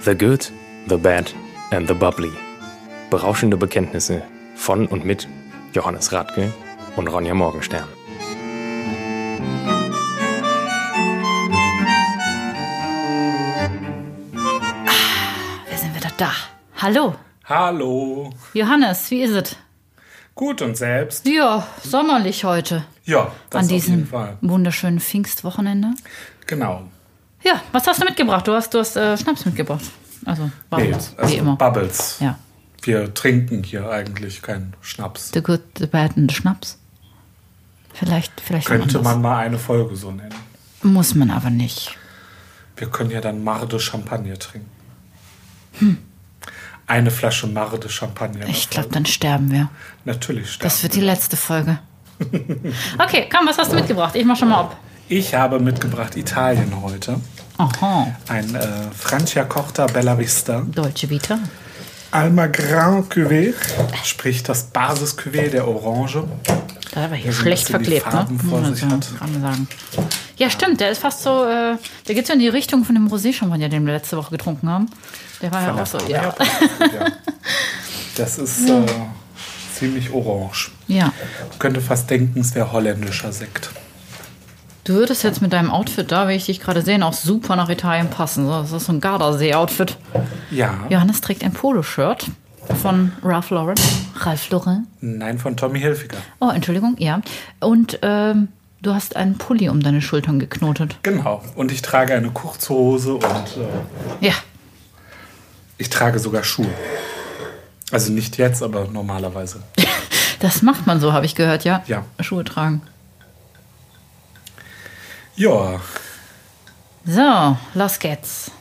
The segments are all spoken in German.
The Good, The Bad and The Bubbly. Berauschende Bekenntnisse von und mit Johannes Radke und Ronja Morgenstern. Wir sind wieder da. Hallo. Hallo. Johannes, wie ist es? Gut, und selbst? Ja, sommerlich heute. Ja, das an auf jeden diesem Fall. wunderschönen Pfingstwochenende. Genau. Ja, was hast du mitgebracht? Du hast Schnaps mitgebracht. Also Bubbles, also wie immer. Bubbles. Ja. Wir trinken hier eigentlich keinen Schnaps. The Good, The Bad and the Schnaps. Vielleicht Könnte anders. man mal eine Folge so nennen. Muss man aber nicht. Wir können ja dann Marde Champagner trinken. Eine Flasche Marde Champagner. Ich glaube, dann sterben wir. Natürlich sterben. Das wird die letzte Folge. Okay, komm, was hast du mitgebracht? Ich mach schon mal ab. Ich habe mitgebracht Italien heute. Aha. Ein Franciacorta Bella Vista. Dolce Vita. Alma Grand Cuvée, sprich das Basis-Cuvée der Orange. Das aber hier Der so ein schlecht bisschen die verklebt, ne? Farben vor sich hat. Kann man sagen. Ja, stimmt, der ist fast so, der geht so in die Richtung von dem Rosé-Champagner, den wir letzte Woche getrunken haben. Der war ja auch so, ja. Ja. Das ist ziemlich orange. Ja. Man könnte fast denken, es wäre holländischer Sekt. Du würdest jetzt mit deinem Outfit da, wie ich dich gerade sehe, auch super nach Italien passen. Das ist so ein Gardasee-Outfit. Ja. Johannes trägt ein Poloshirt von Ralph Lauren. Nein, von Tommy Hilfiger. Oh, Entschuldigung, ja. Und du hast einen Pulli um deine Schultern geknotet. Genau. Und ich trage eine Kurzhose und Ja. ich trage sogar Schuhe. Also nicht jetzt, aber normalerweise. Das macht man so, habe ich gehört, ja? Ja. Schuhe tragen. Ja. So, los geht's.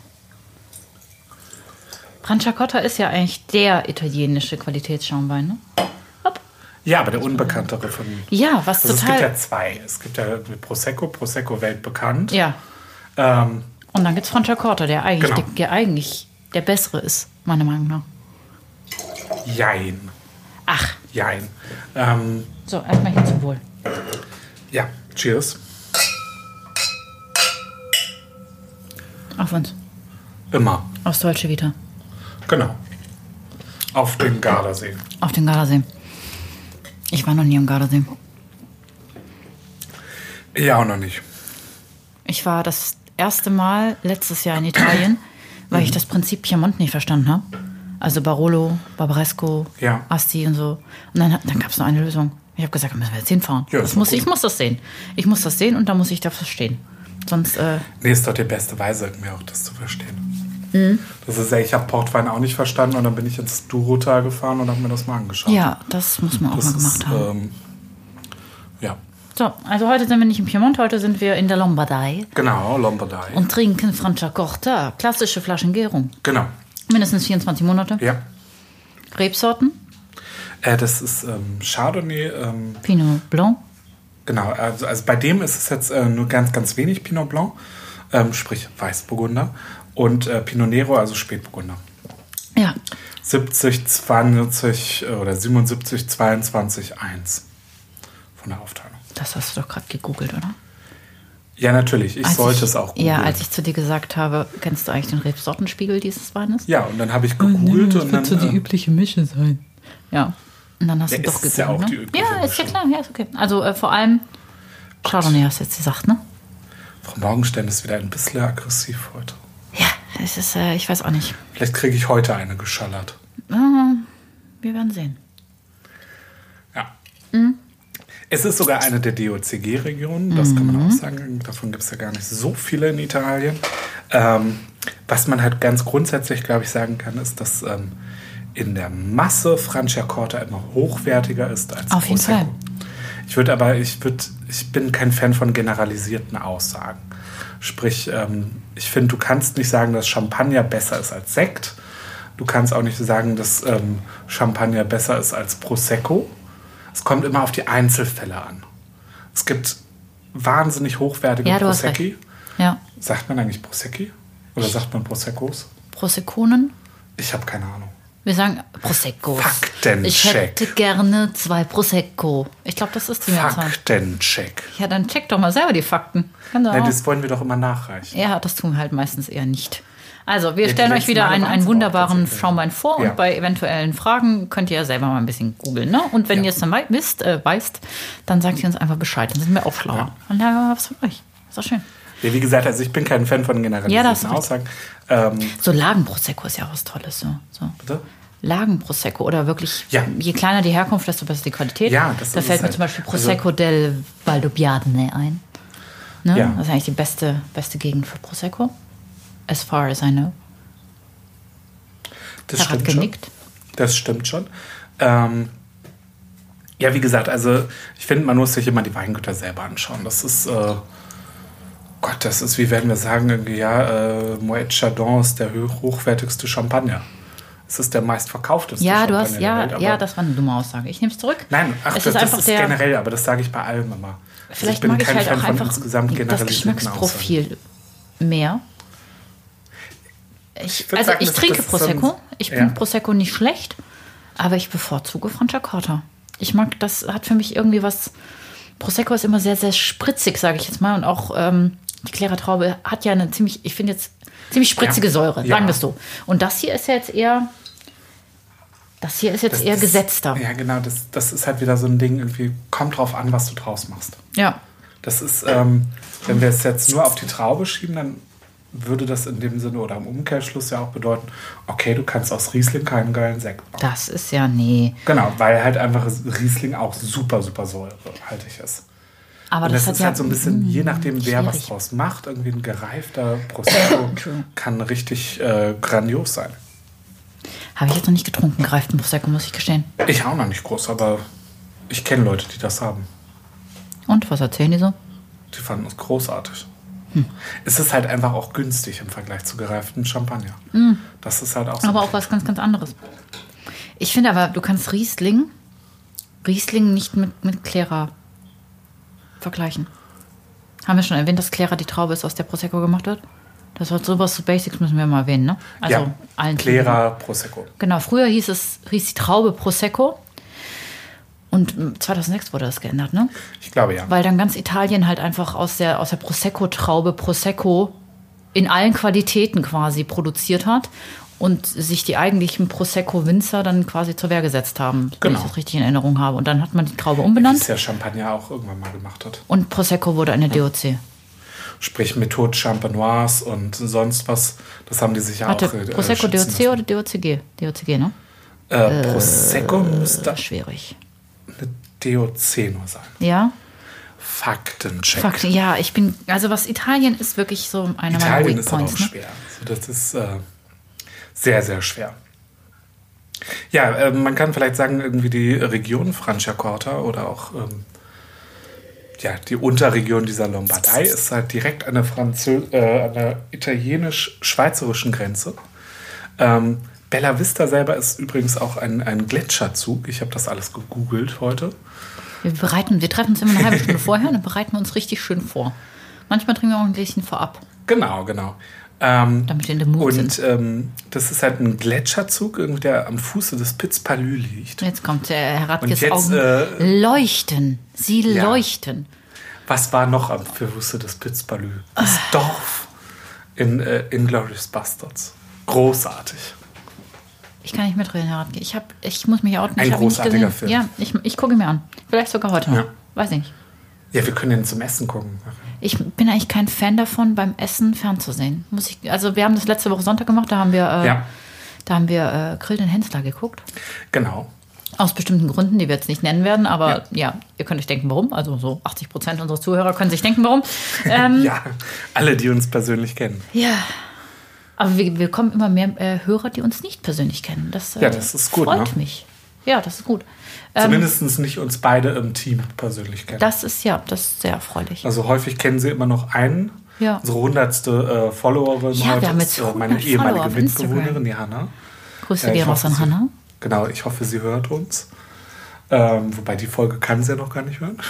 Franciacorta ist ja eigentlich der italienische Qualitätsschaumwein, ne? Hopp. Ja, aber der unbekanntere von... Ja, was Also es total... gibt ja zwei. Es gibt ja Prosecco weltbekannt. Ja, Ähm, und dann gibt's Franciacorta, der eigentlich, Genau. der eigentlich der bessere ist, meiner Meinung nach. Jein. Ach, So, erstmal hier zum Wohl. ja, cheers. Auf uns. Immer. Aus Dolce Vita. Genau. Auf dem Gardasee. Auf den Gardasee. Ich war noch nie am Gardasee. Ja, auch noch nicht. Ich war das erste Mal letztes Jahr in Italien, weil ich das Prinzip Piemont nicht verstanden habe. Also Barolo, Barbaresco, Ja. Asti und so. Und dann gab es noch eine Lösung. Ich habe gesagt, da müssen wir jetzt hinfahren. Ja, ist doch Ich muss das sehen. Ich muss das sehen und da muss ich dafür stehen. Sonst, Nee, ist doch die beste Weise, irgendwie auch das zu verstehen. Das ist ja, ich habe Portwein auch nicht verstanden und dann bin ich ins Durotal gefahren und habe mir das mal angeschaut. ja, das muss man auch das mal gemacht ist, haben. ja, So, also heute sind wir nicht in Piemont, heute sind wir in der Lombardei genau, Lombardei. und trinken Franciacorta, klassische Flaschengärung. Genau, Mindestens 24 Monate. ja. Rebsorten, Das ist Chardonnay. Pinot Blanc. Genau, also bei dem ist es jetzt nur ganz, ganz wenig Pinot Blanc, sprich Weißburgunder. Und Pinot Nero, also Spätburgunder. Ja, 70, 72 oder 77, 22, 1 von der Aufteilung. das hast du doch gerade gegoogelt, oder? Ja, natürlich. Ich sollte es auch googeln. Ja, als ich zu dir gesagt habe, kennst du eigentlich den Rebsortenspiegel dieses Weines? Ja, und dann habe ich gegoogelt und dann... übliche Mische sein. Ja, und dann hast Ja, du doch ist gegoogelt, ja auch ne? die übliche Ja, ist ja Mischung. klar, ja, ist okay. Also vor allem Chardonnay hast du jetzt gesagt, ne? Frau Morgenstern ist wieder ein bisschen aggressiv heute. Ja, es ist, ich weiß auch nicht. Vielleicht kriege ich heute eine geschallert. Wir werden sehen. Ja. Es ist sogar eine der DOCG-Regionen, das kann man auch sagen. Davon gibt es ja gar nicht so viele in Italien. Was man halt ganz grundsätzlich, glaube ich, sagen kann, ist, dass in der Masse Franciacorta immer hochwertiger ist als Auf jeden Prosecco. Fall. Ich bin kein Fan von generalisierten Aussagen. Sprich, ich finde, du kannst nicht sagen, dass Champagner besser ist als Sekt. Du kannst auch nicht sagen, dass Champagner besser ist als Prosecco. Es kommt immer auf die Einzelfälle an. Es gibt wahnsinnig hochwertige Ja, du hast Prosecchi. recht. Ja, Sagt man eigentlich Prosecchi? Oder sagt man Proseccos? Prosecconen. Ich habe keine Ahnung. Wir sagen Prosecco. Faktencheck. Ich hätte gerne 2 Prosecco. Ich glaube, das ist die Mehrzahl. Faktencheck. Ja, dann check doch mal selber die Fakten. Kann doch Nein, auch. das wollen wir doch immer nachreichen. Ja, das tun wir halt meistens eher nicht. Also, wir Ja, stellen die euch wieder letzten Male einen waren's auch wunderbaren tatsächlich. Schaumwein vor Ja. und bei eventuellen Fragen könnt ihr ja selber mal ein bisschen googeln. Ne? Und wenn ihr es dann weißt, dann sagt ihr uns einfach Bescheid. Dann sind wir auch schlauer. Ja. Und dann haben wir was von euch. Ist doch schön. Ja, wie gesagt, also ich bin kein Fan von Ja, generalisierten das ist Aussagen. So Lagenprosecco ist ja auch was Tolles. So. Bitte? Lagenprosecco oder wirklich, Ja. je kleiner die Herkunft, desto besser die Qualität. Ja, das da ist fällt es mir halt. zum Beispiel Prosecco del Valdobbiadene ein. Ne? Ja. Das ist eigentlich die beste Gegend für Prosecco. As far as I know. Das Er hat stimmt schon. genickt. Das stimmt schon. Ja, wie gesagt, also ich finde, man muss sich immer die Weingüter selber anschauen. Das ist, Gott, das ist, wie werden wir sagen, irgendwie, ja, Moet Chardon ist der hochwertigste Champagner. Es ist der meistverkaufteste Ja, Champagner du hast, der Welt. Aber das war eine dumme Aussage. Ich nehme es zurück. Nein, Es das einfach ist der- generell, aber das sage ich bei allem immer. Also Vielleicht bin mag ich kein halt Fan auch von einfach insgesamt das generalisierten Geschmacksprofil mehr. Ich würd sagen, trinke das ist Prosecco. Ich ja. finde Prosecco nicht schlecht, aber ich bevorzuge Franciacorta. Ich mag, das hat für mich irgendwie was. Prosecco ist immer sehr, sehr spritzig, sage ich jetzt mal. Und auch die Clara Traube hat ja eine ziemlich spritzige Ja. Säure, Ja. sagen wir es so. Und das hier ist ja jetzt eher. Das hier ist jetzt eher gesetzter. Ja, genau, das ist halt wieder so ein Ding, irgendwie kommt drauf an, was du draus machst. Ja. Das ist, wenn wir es jetzt nur auf die Traube schieben, dann würde das in dem Sinne oder im Umkehrschluss ja auch bedeuten, okay, du kannst aus Riesling keinen geilen Sekt machen. Das ist ja, nee. Genau, weil halt einfach Riesling auch super, super säurehaltig ist. Aber Und das hat ist ja, halt so ein bisschen, je nachdem, wer was schwierig. draus macht, irgendwie ein gereifter Prosecco True. kann richtig grandios sein. Habe ich jetzt noch nicht getrunken, gereiften Prosecco, muss ich gestehen. Ich auch noch nicht groß, aber ich kenne Leute, die das haben. Und, was erzählen die so? Die fanden es großartig. Es ist halt einfach auch günstig im Vergleich zu gereiftem Champagner. Das ist halt auch so. Aber ein auch was ganz, ganz anderes. Ich finde aber, du kannst Riesling nicht mit Clara vergleichen. Haben wir schon erwähnt, dass Clara die Traube ist, aus der Prosecco gemacht wird? Das war sowas zu Basics, müssen wir mal erwähnen, ne? Also ja, allen Clara Prosecco. Genau, früher hieß die Traube Prosecco. Und 2006 wurde das geändert, ne? Ich glaube ja. Weil dann ganz Italien halt einfach aus der Prosecco-Traube Prosecco in allen Qualitäten quasi produziert hat und sich die eigentlichen Prosecco-Winzer dann quasi zur Wehr gesetzt haben, wenn Genau. ich das richtig in Erinnerung habe. Und dann hat man die Traube Wie umbenannt es ja Champagner auch irgendwann mal gemacht hat. und Prosecco wurde eine DOC. Sprich Methode Champenoise und sonst was. Das haben die sich ja Warte, auch Prosecco schützen DOC lassen. oder DOCG? DOCG, ne? Prosecco müsste Schwierig. eine DOC nur sein. Ja? Faktencheck. Fuck, ja, also was Italien ist wirklich so einer meiner Italien Weak ist aber auch Points, ne? schwer. Also das ist sehr, sehr schwer. Ja, man kann vielleicht sagen, irgendwie die Region Franciacorta oder auch die Unterregion dieser Lombardei ist halt direkt an der italienisch-schweizerischen Grenze. Bella Vista selber ist übrigens auch ein Gletscherzug. Ich habe das alles gegoogelt heute. Wir treffen uns immer eine halbe Stunde vorher und dann bereiten wir uns richtig schön vor. Manchmal trinken wir auch ein Gläschen vorab, Genau. damit wir in dem Mood sind. Und das ist halt ein Gletscherzug, irgendwie, der am Fuße des Piz Palus liegt. Jetzt kommt Herr Radkes Und jetzt, Augen. Leuchten. Sie ja. leuchten. Was war noch am Fuße des Piz Palus? Das Dorf in Inglourious Bastards. Großartig. Ich kann nicht mitreden, Herr Radke. Ich muss mich outen. Ein Ich hab ihn nicht großartiger gesehen. Film. Ja, ich gucke ihn mir an. Vielleicht sogar heute noch. Ja. Weiß nicht. Ja, wir können den zum Essen gucken. Ich bin eigentlich kein Fan davon, beim Essen fernzusehen. Also wir haben das letzte Woche Sonntag gemacht, da haben wir Grill den Hensler geguckt. Genau. Aus bestimmten Gründen, die wir jetzt nicht nennen werden, aber ja, ihr könnt euch denken, warum. Also so 80% unserer Zuhörer können sich denken, warum. Ja, alle, die uns persönlich kennen. Ja. Aber wir bekommen immer mehr Hörer, die uns nicht persönlich kennen. Das ist gut, freut ne? mich. Ja, das ist gut. Zumindest nicht uns beide im Team persönlich kennen. Das ist sehr erfreulich. Also häufig kennen sie immer noch einen. Ja. Unsere 100. Followerin Ja, heute wir haben ist jetzt 100 meine ehemalige Follower auf Instagram. Mitbewohnerin, die Hanna. Grüße Ja, dir ich raus hoffe, an sie- Hannah. Genau, ich hoffe, sie hört uns. Wobei die Folge kann sie ja noch gar nicht hören.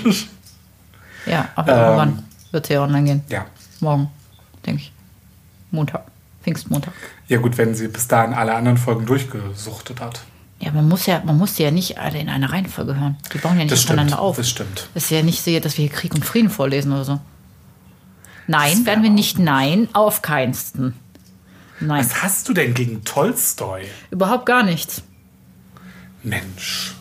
Ja, aber irgendwann wird sie ja online gehen. Ja. Morgen, denke ich. Montag. Pfingstmontag. Ja gut, wenn sie bis dahin alle anderen Folgen durchgesuchtet hat. Ja, man muss die ja nicht alle in einer Reihenfolge hören. Die bauen ja nicht aufeinander auf. Das stimmt. Es ist ja nicht so, dass wir hier Krieg und Frieden vorlesen oder so. Nein, Das werden wir wär nicht. Nein, auf keinsten. Nein. Was hast du denn gegen Tolstoi? Überhaupt gar nichts. Mensch.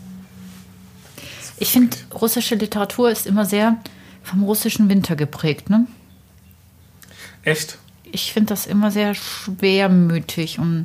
Ich finde, russische Literatur ist immer sehr vom russischen Winter geprägt, ne? Echt? Ich finde das immer sehr schwermütig und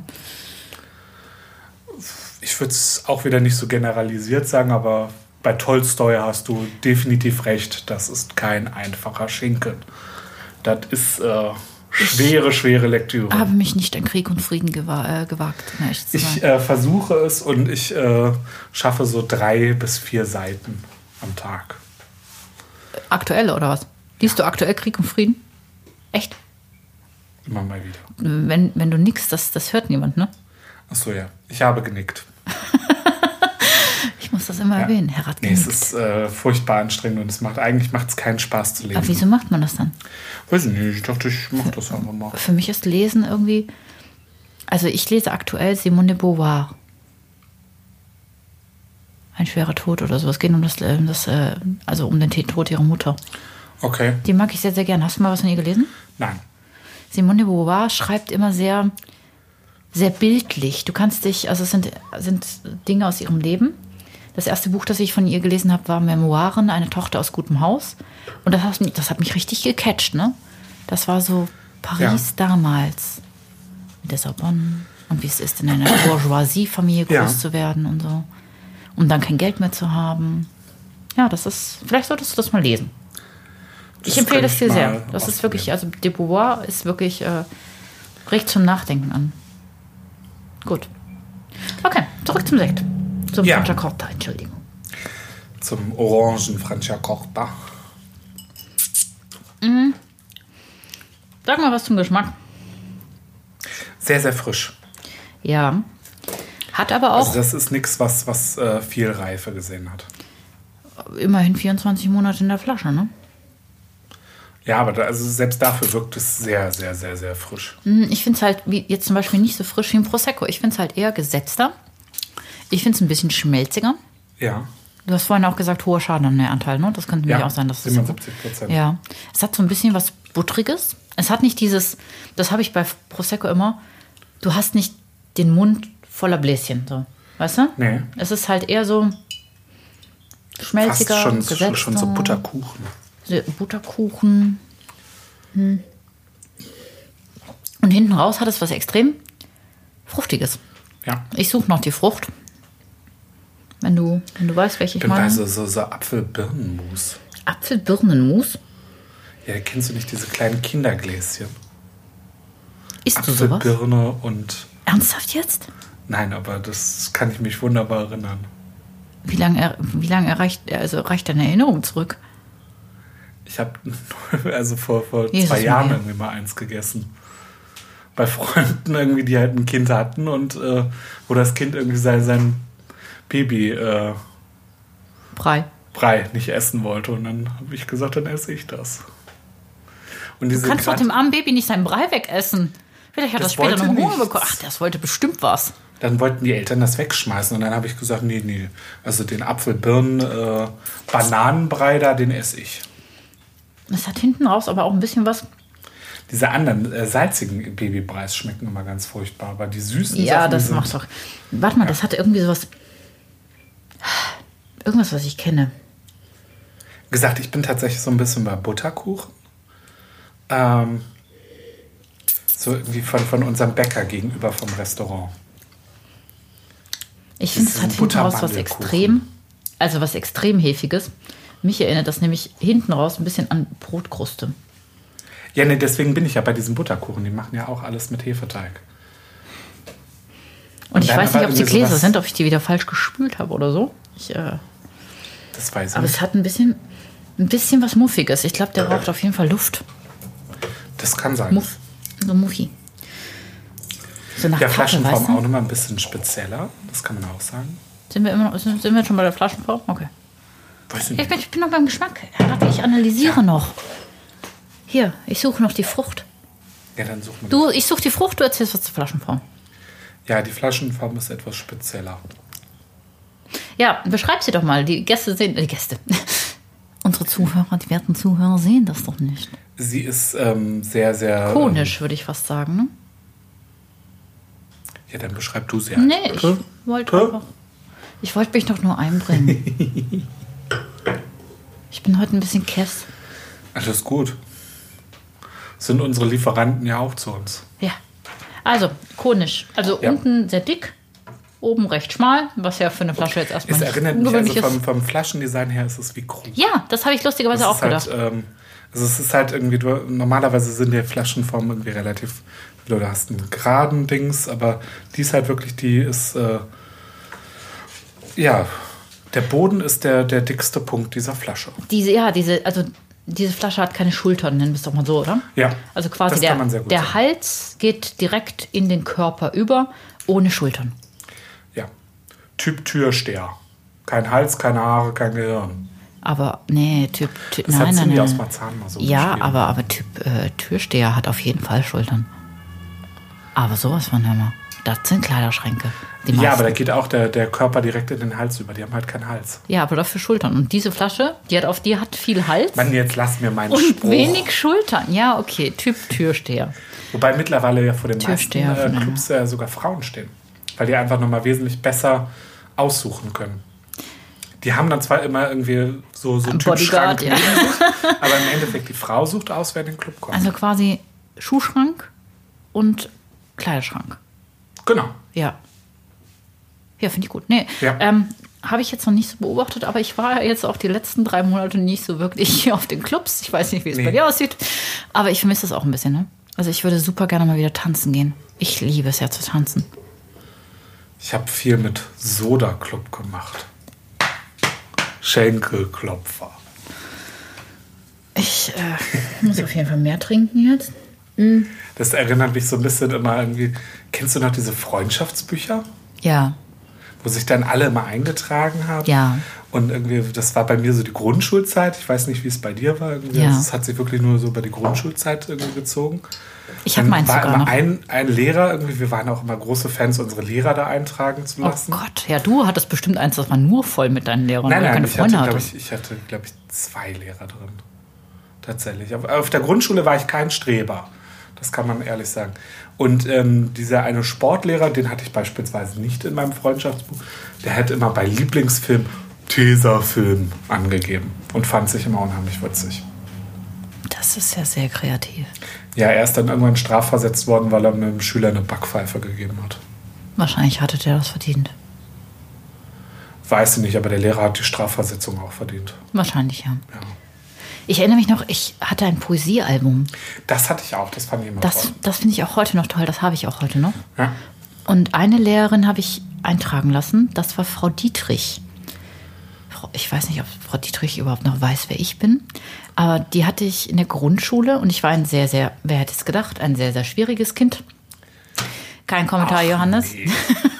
Ich würde es auch wieder nicht so generalisiert sagen, aber bei Tolstoi hast du definitiv recht. Das ist kein einfacher Schinken. Das ist schwere Lektüre. habe mich nicht an Krieg und Frieden gewagt, um ehrlich zu Ich sein. versuche es und ich schaffe so 3 bis 4 Seiten am Tag. Aktuell oder was? Liest du aktuell Krieg und Frieden? Echt? Immer mal wieder. Wenn du nix, das hört niemand, ne? Achso, ja. Ich habe genickt. Ich muss das immer erwähnen. Herr hat Nee, es genickt. ist furchtbar anstrengend und eigentlich macht es keinen Spaß zu lesen. Aber wieso macht man das dann? Weiß ich nicht, ich dachte, ich mache das einfach mal. Für mich ist Lesen irgendwie... Also ich lese aktuell Simone de Beauvoir. Ein schwerer Tod oder sowas. Geht um also um den Tod ihrer Mutter. Okay, Die mag ich sehr, sehr gern. Hast du mal was von ihr gelesen? nein. Simone de Beauvoir schreibt immer sehr, sehr bildlich. Du kannst dich, also es sind Dinge aus ihrem Leben. Das erste Buch, das ich von ihr gelesen habe, war Memoiren, eine Tochter aus gutem Haus. Und das hat mich richtig gecatcht, ne? Das war so Paris damals. Mit der Sorbonne. Und wie es ist, in einer Bourgeoisie-Familie groß Ja. zu werden und so. Und dann kein Geld mehr zu haben. Ja, vielleicht solltest du das mal lesen. Ich empfehle könnte es dir ich sehr. mal Das ist wirklich, ausprobieren. also de Beauvoir ist wirklich, regt zum Nachdenken an. Gut. Okay, zurück zum Sekt. Zum Ja. Franciacorta, Entschuldigung. Zum Orangen Franciacorta. Sag mal was zum Geschmack. Sehr, sehr frisch. Ja. Hat aber auch Also das ist nichts, was viel Reife gesehen hat. immerhin 24 Monate in der Flasche, ne? Ja, aber also selbst dafür wirkt es sehr, sehr, sehr, sehr frisch. Ich finde es halt wie jetzt zum Beispiel nicht so frisch wie ein Prosecco. Ich finde es halt eher gesetzter. Ich finde es ein bisschen schmelziger. Ja, Du hast vorhin auch gesagt, hoher Chardonnay-Anteil, ne? Das könnte nämlich ja, auch sein, dass es 77%. Ja, es hat so ein bisschen was Buttriges. Es hat nicht dieses, das habe ich bei Prosecco immer, du hast nicht den Mund voller Bläschen, so. Weißt du? Nee. Es ist halt eher so schmelziger, Fast gesetzter. schon so Butterkuchen. Butterkuchen. Und hinten raus hat es was extrem Fruchtiges. Ja, Ich suche noch die Frucht. Wenn du weißt, welche ich bin bei meine. so Apfel-Birnenmus. Apfelbirnenmus. Ja, kennst du nicht diese kleinen Kindergläschen? Isst du sowas? Apfelbirne und... Ernsthaft jetzt? Nein, aber das kann ich mich wunderbar erinnern. Wie lange reicht deine Erinnerung zurück? Ich habe also vor Jesus 2 Jahren Maria. irgendwie mal eins gegessen. Bei Freunden irgendwie, die halt ein Kind hatten und wo das Kind irgendwie sein Baby Brei. Brei nicht essen wollte. Und dann habe ich gesagt, dann esse ich das. Und Du diese kannst doch grad- dem armen Baby nicht seinen Brei wegessen. Vielleicht hat Das das später wollte noch Hunger nichts. bekommen. Ach, das wollte bestimmt was. Dann wollten die Eltern das wegschmeißen. Und dann habe ich gesagt, nee. Also den Apfel-Birnen-Bananenbrei da, den esse ich. Es hat hinten raus aber auch ein bisschen was. Diese anderen salzigen Babybreis schmecken immer ganz furchtbar. Aber die süßen Ja, Sachen, die das sind- macht doch. Warte mal, das hatte irgendwie sowas. Irgendwas, was ich kenne. gesagt, ich bin tatsächlich so ein bisschen bei Butterkuchen. So irgendwie von unserem Bäcker gegenüber vom Restaurant. Ich finde, es ist hat ein hinten raus was Buttermandelkuchen. was extrem Hefiges. Mich erinnert das nämlich hinten raus ein bisschen an Brotkruste. Ja, nee, deswegen bin ich ja bei diesem Butterkuchen. Die machen ja auch alles mit Hefeteig. Und ich dann weiß nicht, aber ob die irgendwie Gläser sowas- sind, ob ich die wieder falsch gespült habe oder so. Das weiß ich Aber nicht. es hat ein bisschen was Muffiges. Ich glaube, der braucht auf jeden Fall Luft. Das kann sein. Muff. So Muffi. So nach Der Kaffee, Flaschenform weißt du? auch nochmal ein bisschen spezieller. Das kann man auch sagen. Sind wir schon bei der Flaschenform? Okay. Weiß ich nicht. Ich bin noch beim Geschmack. Warte, ich analysiere noch. Hier, ich suche noch die Frucht. Ja, dann suchen wir. Ich suche die Frucht, du erzählst was zur Flaschenform. Ja, die Flaschenform ist etwas spezieller. Ja, beschreib sie doch mal. Die Gäste. Unsere Zuhörer, die werten Zuhörer sehen das doch nicht. Sie ist sehr, sehr... Konisch, würde ich fast sagen. Ne? Ja, dann beschreib du sie Nee, ich wollte mich doch nur einbringen. Ich bin heute ein bisschen kess. Alles gut. Sind unsere Lieferanten ja auch zu uns. Ja. Also, konisch. Also unten sehr dick, oben recht schmal, was ja für eine Flasche jetzt erstmal Es nicht erinnert mich, ungewöhnlich also ist. vom Flaschendesign her ist es wie Krug. Ja, das habe ich lustigerweise auch gedacht. Also es ist halt irgendwie, normalerweise sind die Flaschenformen irgendwie relativ, du hast einen geraden Dings, aber die ist halt wirklich, der Boden ist der dickste Punkt dieser Flasche. Diese Flasche hat keine Schultern, nennen wir es doch mal so, oder? Ja, Also quasi das kann man sehr gut der sagen. Hals geht direkt in den Körper über, ohne Schultern. Ja, Typ Türsteher. Kein Hals, keine Haare, kein Gehirn. Aber nee, Typ Das hat Cindy aus Marzahn mal so Ja, beschrieben. aber Typ Türsteher hat auf jeden Fall Schultern. Aber sowas von Hammer. Das sind Kleiderschränke. Die Ja, meisten. aber da geht auch der Körper direkt in den Hals über. Die haben halt keinen Hals. Ja, aber dafür Schultern. Und diese Flasche, die hat viel Hals Mann, jetzt lass mir meinen und Spruch. wenig Schultern. Ja, okay, Typ Türsteher. Wobei mittlerweile ja vor den Türsteher meisten von Clubs sogar Frauen stehen. Weil die einfach nochmal wesentlich besser aussuchen können. Die haben dann zwar immer irgendwie so einen Typ Bodyguard, Schrank ja. neben sich, aber im Endeffekt die Frau sucht aus, wer in den Club kommt. Also quasi Schuhschrank und Kleiderschrank. Genau. Ja. Ja, finde ich gut. Nee, Ja. habe ich jetzt noch nicht so beobachtet, aber ich war jetzt auch die letzten 3 Monate nicht so wirklich hier auf den Clubs. Ich weiß nicht, wie es bei dir aussieht, aber ich vermisse das auch ein bisschen. Ne? Also ich würde super gerne mal wieder tanzen gehen. Ich liebe es ja zu tanzen. Ich habe viel mit Soda Club gemacht. Schenkelklopfer. Ich muss auf jeden Fall mehr trinken jetzt. Das erinnert mich so ein bisschen immer irgendwie. Kennst du noch diese Freundschaftsbücher? Ja, Wo sich dann alle immer eingetragen haben? ja. Und irgendwie, das war bei mir so die Grundschulzeit. Ich weiß nicht, wie es bei dir war. Irgendwie. Ja. Das hat sich wirklich nur so über die Grundschulzeit irgendwie gezogen. Ich habe Dann meins war sogar immer noch. ein Lehrer, irgendwie, wir waren auch immer große Fans, unsere Lehrer da eintragen zu Oh lassen. Gott, ja, du hattest bestimmt eins, das war nur voll mit deinen Lehrern, weil du Nein, keine Freunde hattest. ich hatte, glaube ich, 2 Lehrer drin. Tatsächlich. Auf der Grundschule war ich kein Streber. Das kann man ehrlich sagen. Und dieser eine Sportlehrer, den hatte ich beispielsweise nicht in meinem Freundschaftsbuch, der hat immer bei Lieblingsfilm Tesafilm angegeben und fand sich immer unheimlich witzig. Das ist ja sehr kreativ. Ja, er ist dann irgendwann strafversetzt worden, weil er einem Schüler eine Backpfeife gegeben hat. Wahrscheinlich hatte der das verdient. Weiß ich nicht, aber der Lehrer hat die Strafversetzung auch verdient. Wahrscheinlich, ja. Ja. Ich erinnere mich noch, ich hatte ein Poesiealbum. Das hatte ich auch, das fand ich immer Das, toll. das finde ich auch heute noch toll, das habe ich auch heute noch. Ja. Und eine Lehrerin habe ich eintragen lassen, das war Frau Dietrich. Ich weiß nicht, ob Frau Dietrich überhaupt noch weiß, wer ich bin, aber die hatte ich in der Grundschule und ich war ein sehr, sehr, wer hätte es gedacht, ein sehr, sehr schwieriges Kind. Kein Kommentar, Johannes. Nee.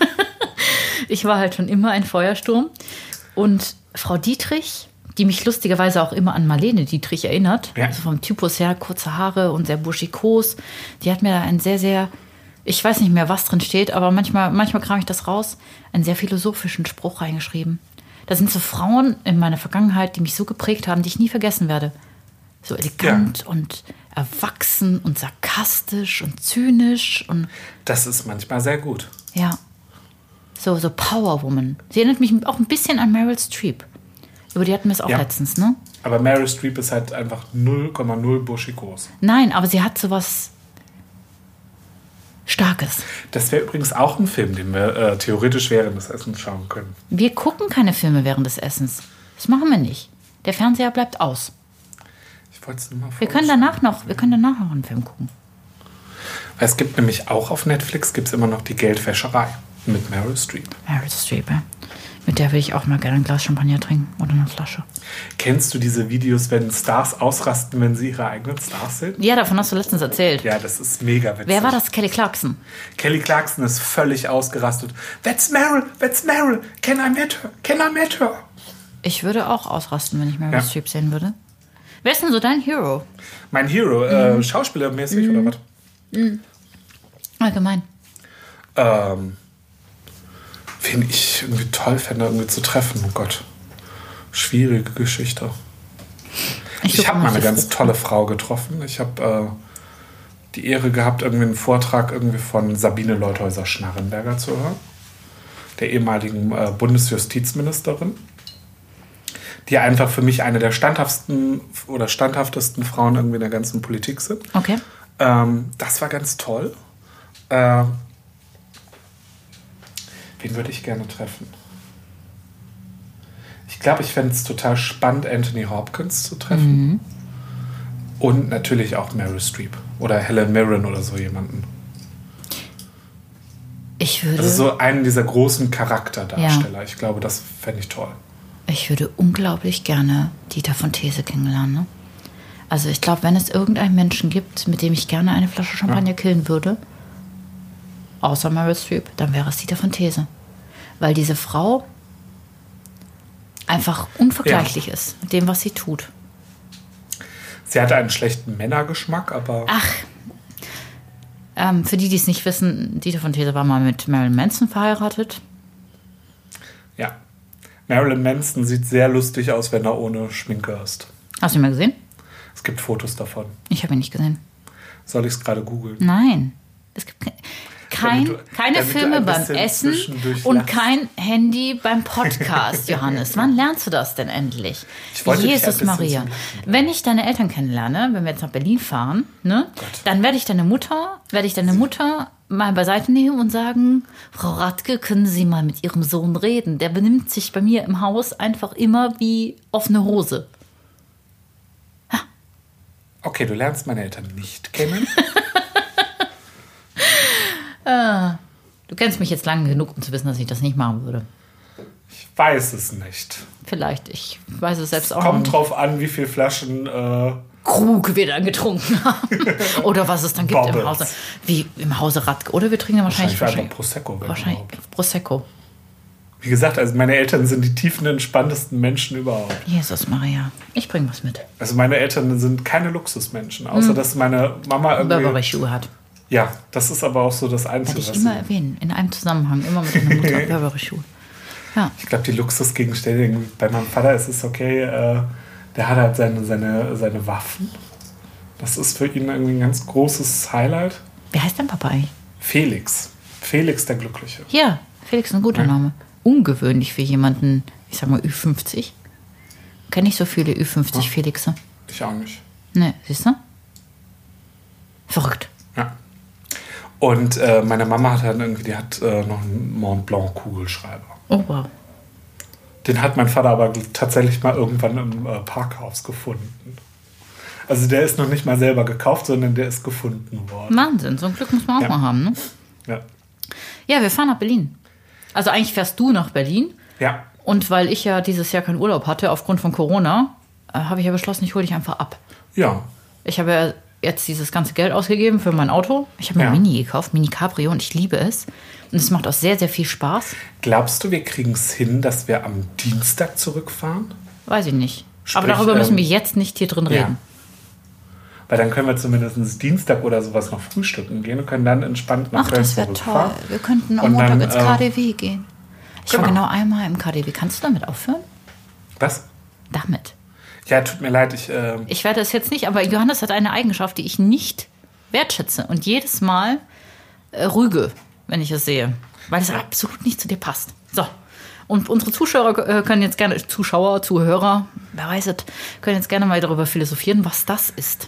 Ich war halt schon immer ein Feuersturm. Und Frau Dietrich, die mich lustigerweise auch immer an Marlene Dietrich erinnert, Ja. also vom Typus her, kurze Haare und sehr buschikos, die hat mir da ein sehr, sehr, ich weiß nicht mehr, was drin steht, aber manchmal kram ich das raus, einen sehr philosophischen Spruch reingeschrieben. Da sind so Frauen in meiner Vergangenheit, die mich so geprägt haben, die ich nie vergessen werde. So elegant und erwachsen und sarkastisch und zynisch und Das ist manchmal sehr gut. ja. So Powerwoman. Sie erinnert mich auch ein bisschen an Meryl Streep. Über die hatten wir es auch Ja. letztens, ne? Aber Meryl Streep ist halt einfach 0,0 buschikos. Nein, aber sie hat sowas Starkes. Das wäre übrigens auch ein Film, den wir theoretisch während des Essens schauen können. Wir gucken keine Filme während des Essens. Das machen wir nicht. Der Fernseher bleibt aus. Ich wollte es nur mal Wir können danach noch einen Film gucken. Weil es gibt nämlich auch auf Netflix gibt's immer noch die Geldwäscherei mit Meryl Streep. Meryl Streep, ja. Mit der will ich auch mal gerne ein Glas Champagner trinken oder eine Flasche. Kennst du diese Videos, wenn Stars ausrasten, wenn sie ihre eigenen Stars sind? Ja, davon hast du letztens erzählt. Ja, das ist mega witzig. Wer war das? Kelly Clarkson. Kelly Clarkson ist völlig ausgerastet. That's Meryl, can I met her? Ich würde auch ausrasten, wenn ich Meryl Ja. Streep sehen würde. Wer ist denn so dein Hero? Mein Hero, schauspielermäßig oder was? Allgemein. Wen ich irgendwie toll fände, irgendwie zu treffen. Oh Gott. Schwierige Geschichte. Ich suche habe mal eine manche ganz Frucht. tolle Frau getroffen. Ich habe die Ehre gehabt, irgendwie einen Vortrag irgendwie von Sabine Leuthäuser-Schnarrenberger zu hören, der ehemaligen Bundesjustizministerin, die einfach für mich eine der standhaftesten Frauen irgendwie in der ganzen Politik sind. Okay. Das war ganz toll. Wen würde ich gerne treffen? Ich glaube, ich fände es total spannend, Anthony Hopkins zu treffen. Mhm. Und natürlich auch Meryl Streep oder Helen Mirren oder so jemanden. Ich würde... Also so einen dieser großen Charakterdarsteller. Ja. Ich glaube, das fände ich toll. Ich würde unglaublich gerne Dieter von These kennenlernen. Ne? Also ich glaube, wenn es irgendeinen Menschen gibt, mit dem ich gerne eine Flasche Champagner killen würde, außer Meryl Streep, dann wäre es Dieter von These. Weil diese Frau einfach unvergleichlich ist mit dem, was sie tut. Sie hatte einen schlechten Männergeschmack, aber... für die es nicht wissen, Dieter von These war mal mit Marilyn Manson verheiratet. Ja. Marilyn Manson sieht sehr lustig aus, wenn er ohne Schminke ist. Hast du ihn mal gesehen? Es gibt Fotos davon. Ich habe ihn nicht gesehen. Soll ich es gerade googeln? Nein. Es gibt keine Filme beim Essen und kein Handy beim Podcast, Johannes. Wann lernst du das denn endlich? Jesus Maria. Wenn ich deine Eltern kennenlerne, wenn wir jetzt nach Berlin fahren, ne, dann werde ich deine Mutter mal beiseite nehmen und sagen, Frau Radke, können Sie mal mit Ihrem Sohn reden? Der benimmt sich bei mir im Haus einfach immer wie offene Hose. Ha. Okay, du lernst meine Eltern nicht kennen. Du kennst mich jetzt lange genug, um zu wissen, dass ich das nicht machen würde. Ich weiß es nicht. Vielleicht, ich weiß es selbst auch nicht. Kommt nicht. Drauf an, wie viel Flaschen Krug wir dann getrunken haben. Oder was es dann gibt im Hause. Wie im Hause Radke. Oder wir trinken dann wahrscheinlich Prosecco. Wahrscheinlich Prosecco. Wie gesagt, also meine Eltern sind die tiefenentspanntesten Menschen überhaupt. Jesus Maria, ich bringe was mit. Also meine Eltern sind keine Luxusmenschen, außer dass meine Mama irgendwie... Burberry-Schuhe hat. Ja, das ist aber auch so das Einzige. Werde ich immer erwähnen, in einem Zusammenhang, immer mit einer Mutter Burberry-Schuhe. Ja. Ich glaube, die Luxusgegenstände, bei meinem Vater ist es okay, der hat halt seine Waffen. Das ist für ihn irgendwie ein ganz großes Highlight. Wie heißt dein Papa eigentlich? Felix. Felix der Glückliche. Ja, Felix ist ein guter Name. Ungewöhnlich für jemanden, ich sag mal Ü50. Kenne ich so viele Ü50 Felixe. Ich auch nicht. Ne, siehst du? Verrückt. Ja. Und meine Mama hat dann irgendwie, die hat noch einen Mont Blanc Kugelschreiber. Oh wow. Den hat mein Vater aber tatsächlich mal irgendwann im Parkhaus gefunden. Also der ist noch nicht mal selber gekauft, sondern der ist gefunden worden. Wahnsinn, so ein Glück muss man auch mal haben, ne? Ja. Ja, wir fahren nach Berlin. Also eigentlich fährst du nach Berlin. Ja. Und weil ich ja dieses Jahr keinen Urlaub hatte, aufgrund von Corona, habe ich ja beschlossen, ich hole dich einfach ab. Ja. Ich habe ja jetzt dieses ganze Geld ausgegeben für mein Auto. Ich habe mir ein Mini gekauft, Mini Cabrio, und ich liebe es. Und es macht auch sehr, sehr viel Spaß. Glaubst du, wir kriegen es hin, dass wir am Dienstag zurückfahren? Weiß ich nicht. Sprich, aber darüber müssen wir jetzt nicht hier drin reden. Weil dann können wir zumindest Dienstag oder sowas noch frühstücken gehen und können dann entspannt nach Köln zurückfahren. Das wäre toll. Wir könnten am Montag ins KaDeWe gehen. Ich war genau einmal im KaDeWe. Kannst du damit aufhören? Was? Damit. Ja, tut mir leid. Ich werde es jetzt nicht, aber Johannes hat eine Eigenschaft, die ich nicht wertschätze und jedes Mal rüge, wenn ich es sehe. Weil es absolut nicht zu dir passt. So. Und unsere Zuschauer können jetzt gerne, Zuhörer, wer weiß es, können jetzt gerne mal darüber philosophieren, was das ist.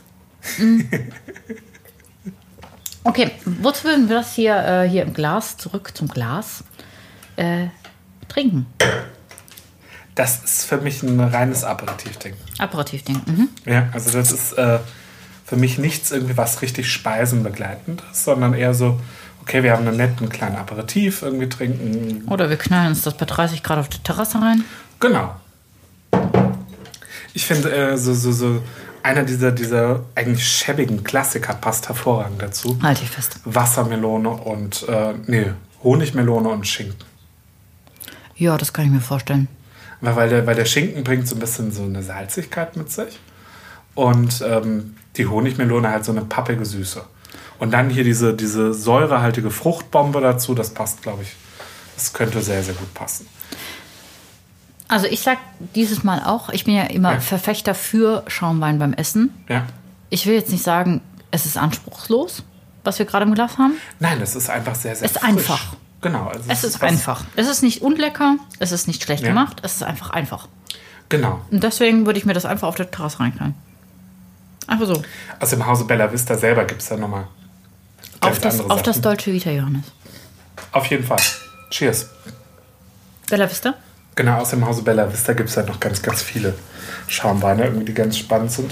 Okay, wozu würden wir das hier im Glas, zurück zum Glas, trinken? Das ist für mich ein reines Aperitivding. Aperitivding, Ja, also das ist für mich nichts irgendwie was richtig speisenbegleitendes, sondern eher so, okay, wir haben einen netten kleinen Aperitif irgendwie trinken. Oder wir knallen uns das bei 30 Grad auf die Terrasse rein. Genau. Ich finde, so einer dieser eigentlich schäbigen Klassiker passt hervorragend dazu. Halt dich fest. Wassermelone und, Honigmelone und Schinken. Ja, das kann ich mir vorstellen. Weil der Schinken bringt so ein bisschen so eine Salzigkeit mit sich. Und die Honigmelone halt so eine pappige Süße. Und dann hier diese säurehaltige Fruchtbombe dazu, das passt, glaube ich, das könnte sehr, sehr gut passen. Also ich sag dieses Mal auch, ich bin ja immer Verfechter für Schaumwein beim Essen. Ja. Ich will jetzt nicht sagen, es ist anspruchslos, was wir gerade im Glas haben. Nein, das ist einfach sehr, sehr Es ist frisch. einfach. Genau. Also Es ist einfach. Es ist nicht unlecker, es ist nicht schlecht Ja. gemacht, es ist einfach. Genau. Und deswegen würde ich mir das einfach auf der Terrasse reinknallen. Einfach so. Also im Hause Bella Vista selber gibt es da nochmal Auf das Dolce Vita, Johannes. Auf jeden Fall. Cheers. Bella Vista? Genau, aus dem Hause Bella Vista gibt es halt noch ganz, ganz viele Schaumweine, irgendwie, die ganz spannend sind.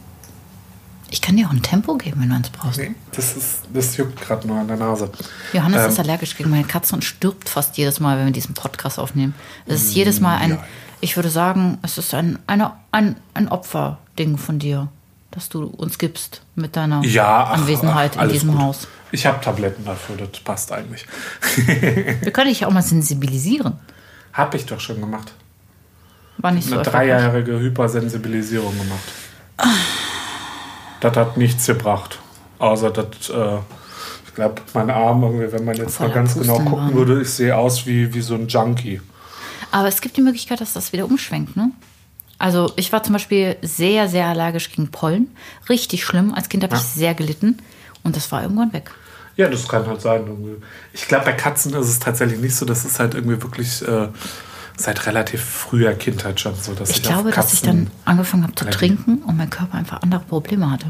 Ich kann dir auch ein Tempo geben, wenn du eins brauchst. Nee, das juckt gerade nur an der Nase. Johannes ist allergisch gegen meine Katze und stirbt fast jedes Mal, wenn wir diesen Podcast aufnehmen. Es ist jedes Mal ja. ich würde sagen, es ist ein Opferding von dir, das du uns gibst mit deiner Anwesenheit in alles diesem gut. Haus. Ich habe Tabletten dafür, das passt eigentlich. Wir können dich auch mal sensibilisieren. Hab ich doch schon gemacht. War nicht so Eine erfolgreich. 3-jährige Hypersensibilisierung gemacht. Das hat nichts gebracht. Außer, dass, ich glaube, mein Arm, irgendwie, wenn man jetzt Voller mal ganz genau Pusteln gucken waren. würde, ich sehe aus wie so ein Junkie. Aber es gibt die Möglichkeit, dass das wieder umschwenkt, ne? Also ich war zum Beispiel sehr, sehr allergisch gegen Pollen. Richtig schlimm. Als Kind habe ich sehr gelitten. Und das war irgendwann weg. Ja, das kann halt sein. Irgendwie. Ich glaube, bei Katzen ist es tatsächlich nicht so. Das ist halt irgendwie wirklich seit relativ früher Kindheit schon so. Dass Ich glaube, dass ich dann angefangen habe zu trinken und mein Körper einfach andere Probleme hatte.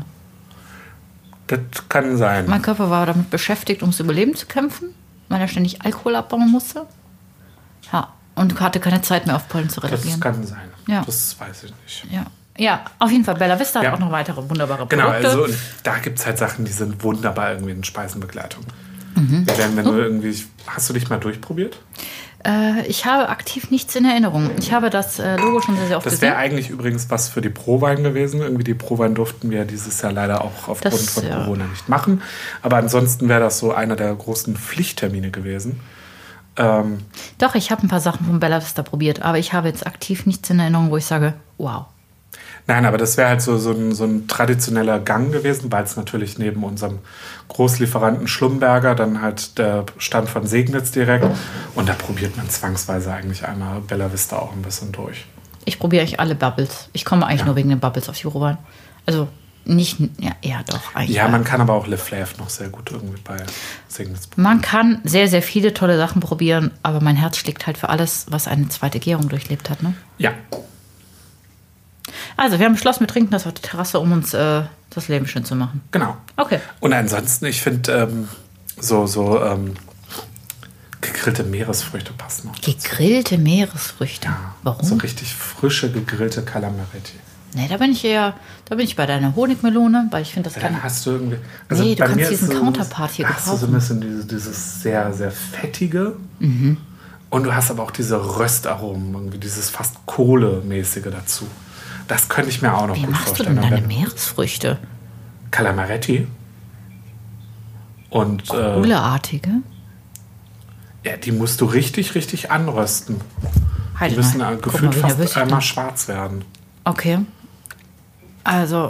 Das kann sein. Mein Körper war damit beschäftigt, ums Überleben zu kämpfen, weil er ständig Alkohol abbauen musste. Ja, und hatte keine Zeit mehr auf Pollen zu Das reagieren. kann sein. Ja. Das weiß ich nicht. Ja, auf jeden Fall. Bella Vista Ja. hat auch noch weitere wunderbare Genau, Produkte. also und da gibt es halt Sachen, die sind wunderbar irgendwie in Speisenbegleitung. Mhm. Ja, wenn du irgendwie, hast du dich mal durchprobiert? Ich habe aktiv nichts in Erinnerung. Ich habe das Logo schon sehr, sehr oft Das gesehen. wäre eigentlich übrigens was für die Prowein gewesen. Irgendwie die Prowein durften wir dieses Jahr leider auch aufgrund von Corona nicht machen. Aber ansonsten wäre das so einer der großen Pflichttermine gewesen. Doch, ich habe ein paar Sachen von Bella Vista probiert, aber ich habe jetzt aktiv nichts in Erinnerung, wo ich sage, wow. Nein, aber das wäre halt so ein traditioneller Gang gewesen, weil es natürlich neben unserem Großlieferanten Schlumberger dann halt der Stand von Segnitz direkt. Und da probiert man zwangsweise eigentlich einmal Bella Vista auch ein bisschen durch. Ich probiere eigentlich alle Bubbles. Ich komme eigentlich nur wegen den Bubbles auf die Prowein. Also nicht, ja doch. Eigentlich Ja, man kann aber auch Le Fleuve noch sehr gut irgendwie bei Segnitz probieren. Man kann sehr, sehr viele tolle Sachen probieren, aber mein Herz schlägt halt für alles, was eine zweite Gärung durchlebt hat. Ne? Ja, Also, wir haben beschlossen, wir trinken das auf der Terrasse, um uns das Leben schön zu machen. genau. Okay. Und ansonsten, ich finde, gegrillte Meeresfrüchte passen noch. Gegrillte Meeresfrüchte. Warum? So richtig frische gegrillte Calamaretti. Nee, da bin ich bei deiner Honigmelone, weil ich finde, das Ja, kann. dann hast du irgendwie. Nee, du bei kannst mir diesen ist so- Counterpart hier hast du so ein bisschen dieses sehr, sehr fettige. Und du hast aber auch diese Röstaromen, irgendwie dieses fast Kohlemäßige dazu. Das könnte ich mir auch noch Wie gut machst du vorstellen. denn deine Und dann Meeresfrüchte? Calamaretti. Und Kohleartige? ja, die musst du richtig, richtig anrösten. Die Halt müssen mal. Guck gefühlt mal, wie nervös fast ich einmal bin. schwarz werden. Okay. Also,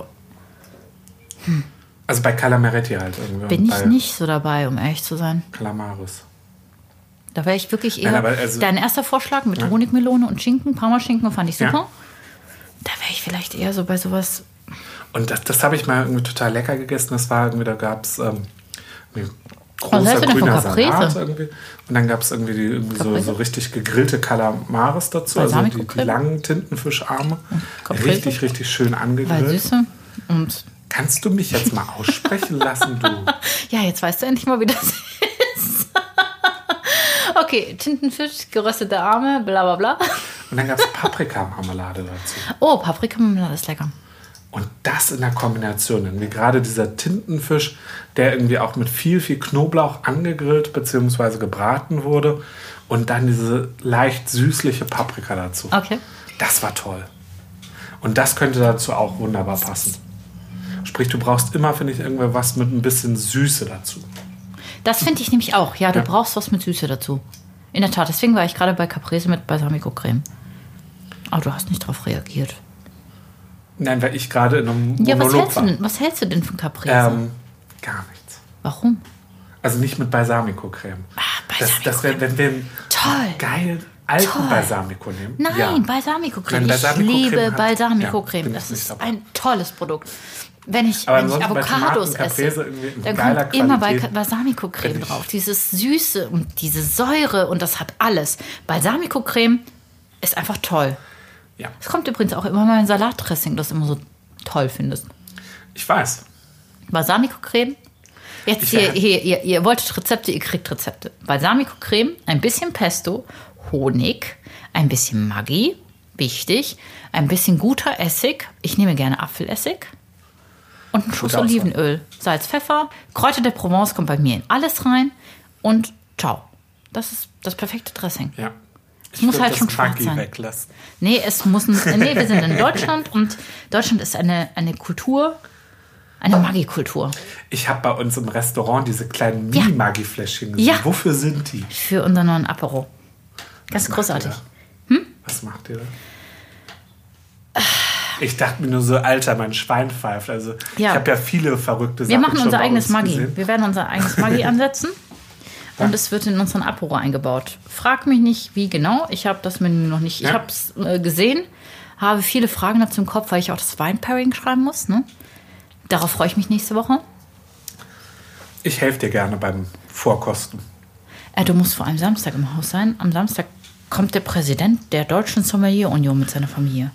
Also bei Calamaretti halt irgendwie. bin und ich bei nicht so dabei, um ehrlich zu sein. Calamaris. Da wäre ich wirklich eher. Nein, aber also- dein erster Vorschlag mit Honigmelone und Schinken, Parmaschinken, fand ich super. Ja. Da wäre ich vielleicht eher so bei sowas. Und das habe ich mal irgendwie total lecker gegessen. Das war irgendwie, da gab es Was großer hältst du denn von grüner Caprese? Salat irgendwie. Und dann gab es irgendwie so richtig gegrillte Calamaris dazu. Also die Balsamico-Creme? langen Tintenfischarme. Caprese? Richtig, richtig schön Weil angegrillt. Süße und. Kannst du mich jetzt mal aussprechen lassen, du? Ja, jetzt weißt du endlich mal, wie das ist. Okay, Tintenfisch, geröstete Arme, bla bla bla. Und dann gab es Paprikamarmelade dazu. Oh, Paprikamarmelade ist lecker. Und das in der Kombination, irgendwie gerade dieser Tintenfisch, der irgendwie auch mit viel, viel Knoblauch angegrillt bzw. gebraten wurde und dann diese leicht süßliche Paprika dazu. Okay. Das war toll. Und das könnte dazu auch wunderbar passen. Sprich, du brauchst immer, finde ich, irgendwas mit ein bisschen Süße dazu. Das finde ich nämlich auch. Ja, du brauchst was mit Süße dazu. In der Tat, deswegen war ich gerade bei Caprese mit Balsamico-Creme. Aber du hast nicht drauf reagiert. Nein, weil ich gerade in einem Ja, Monolog war. was hältst du denn von Caprese? Gar nichts. Warum? Also nicht mit Balsamico-Creme. Das wäre, wenn wir einen Toll. geilen alten Toll. Balsamico nehmen. Nein, Ja. Balsamico-Creme. Nein, Ich Balsamico-Creme liebe hat- Balsamico-Creme. ja, Das bin ich ist dabei. ein tolles Produkt. Wenn ich Avocados esse, dann kommt immer Balsamico-Creme drauf. Dieses Süße und diese Säure und das hat alles. Balsamico-Creme ist einfach toll. Ja. Es kommt übrigens auch immer mal ein Salatdressing, das du immer so toll findest. Ich weiß. Balsamico-Creme. Jetzt ihr wolltet Rezepte, ihr kriegt Rezepte. Balsamico-Creme, ein bisschen Pesto, Honig, ein bisschen Maggi, wichtig, ein bisschen guter Essig. Ich nehme gerne Apfelessig. Und einen Schuss Olivenöl, Salz, Pfeffer, Kräuter der Provence kommt bei mir in alles rein und ciao. Das ist das perfekte Dressing. Ja. Es muss halt schon schwarz sein. Weglassen. Nee, wir sind in Deutschland und Deutschland ist eine Kultur, eine Maggi-Kultur. Ich habe bei uns im Restaurant diese kleinen Mini-Maggi-Fläschchen gesehen. Ja. Wofür sind die? Für unseren neuen Apero. Ganz großartig. Was macht ihr da? Ich dachte mir nur so, Alter, mein Schwein pfeift. Also ich habe ja viele verrückte Sachen. Wir machen unser eigenes Maggi. Maggi. Wir werden unser eigenes Maggi ansetzen und es wird in unseren Apero eingebaut. Frag mich nicht, wie genau. Ich habe das Menü noch nicht. Ich habe es gesehen, habe viele Fragen dazu im Kopf, weil ich auch das Wine-Pairing schreiben muss. Ne? Darauf freue ich mich nächste Woche. Ich helfe dir gerne beim Vorkosten. Du musst vor allem Samstag im Haus sein. Am Samstag kommt der Präsident der Deutschen Sommelier-Union mit seiner Familie.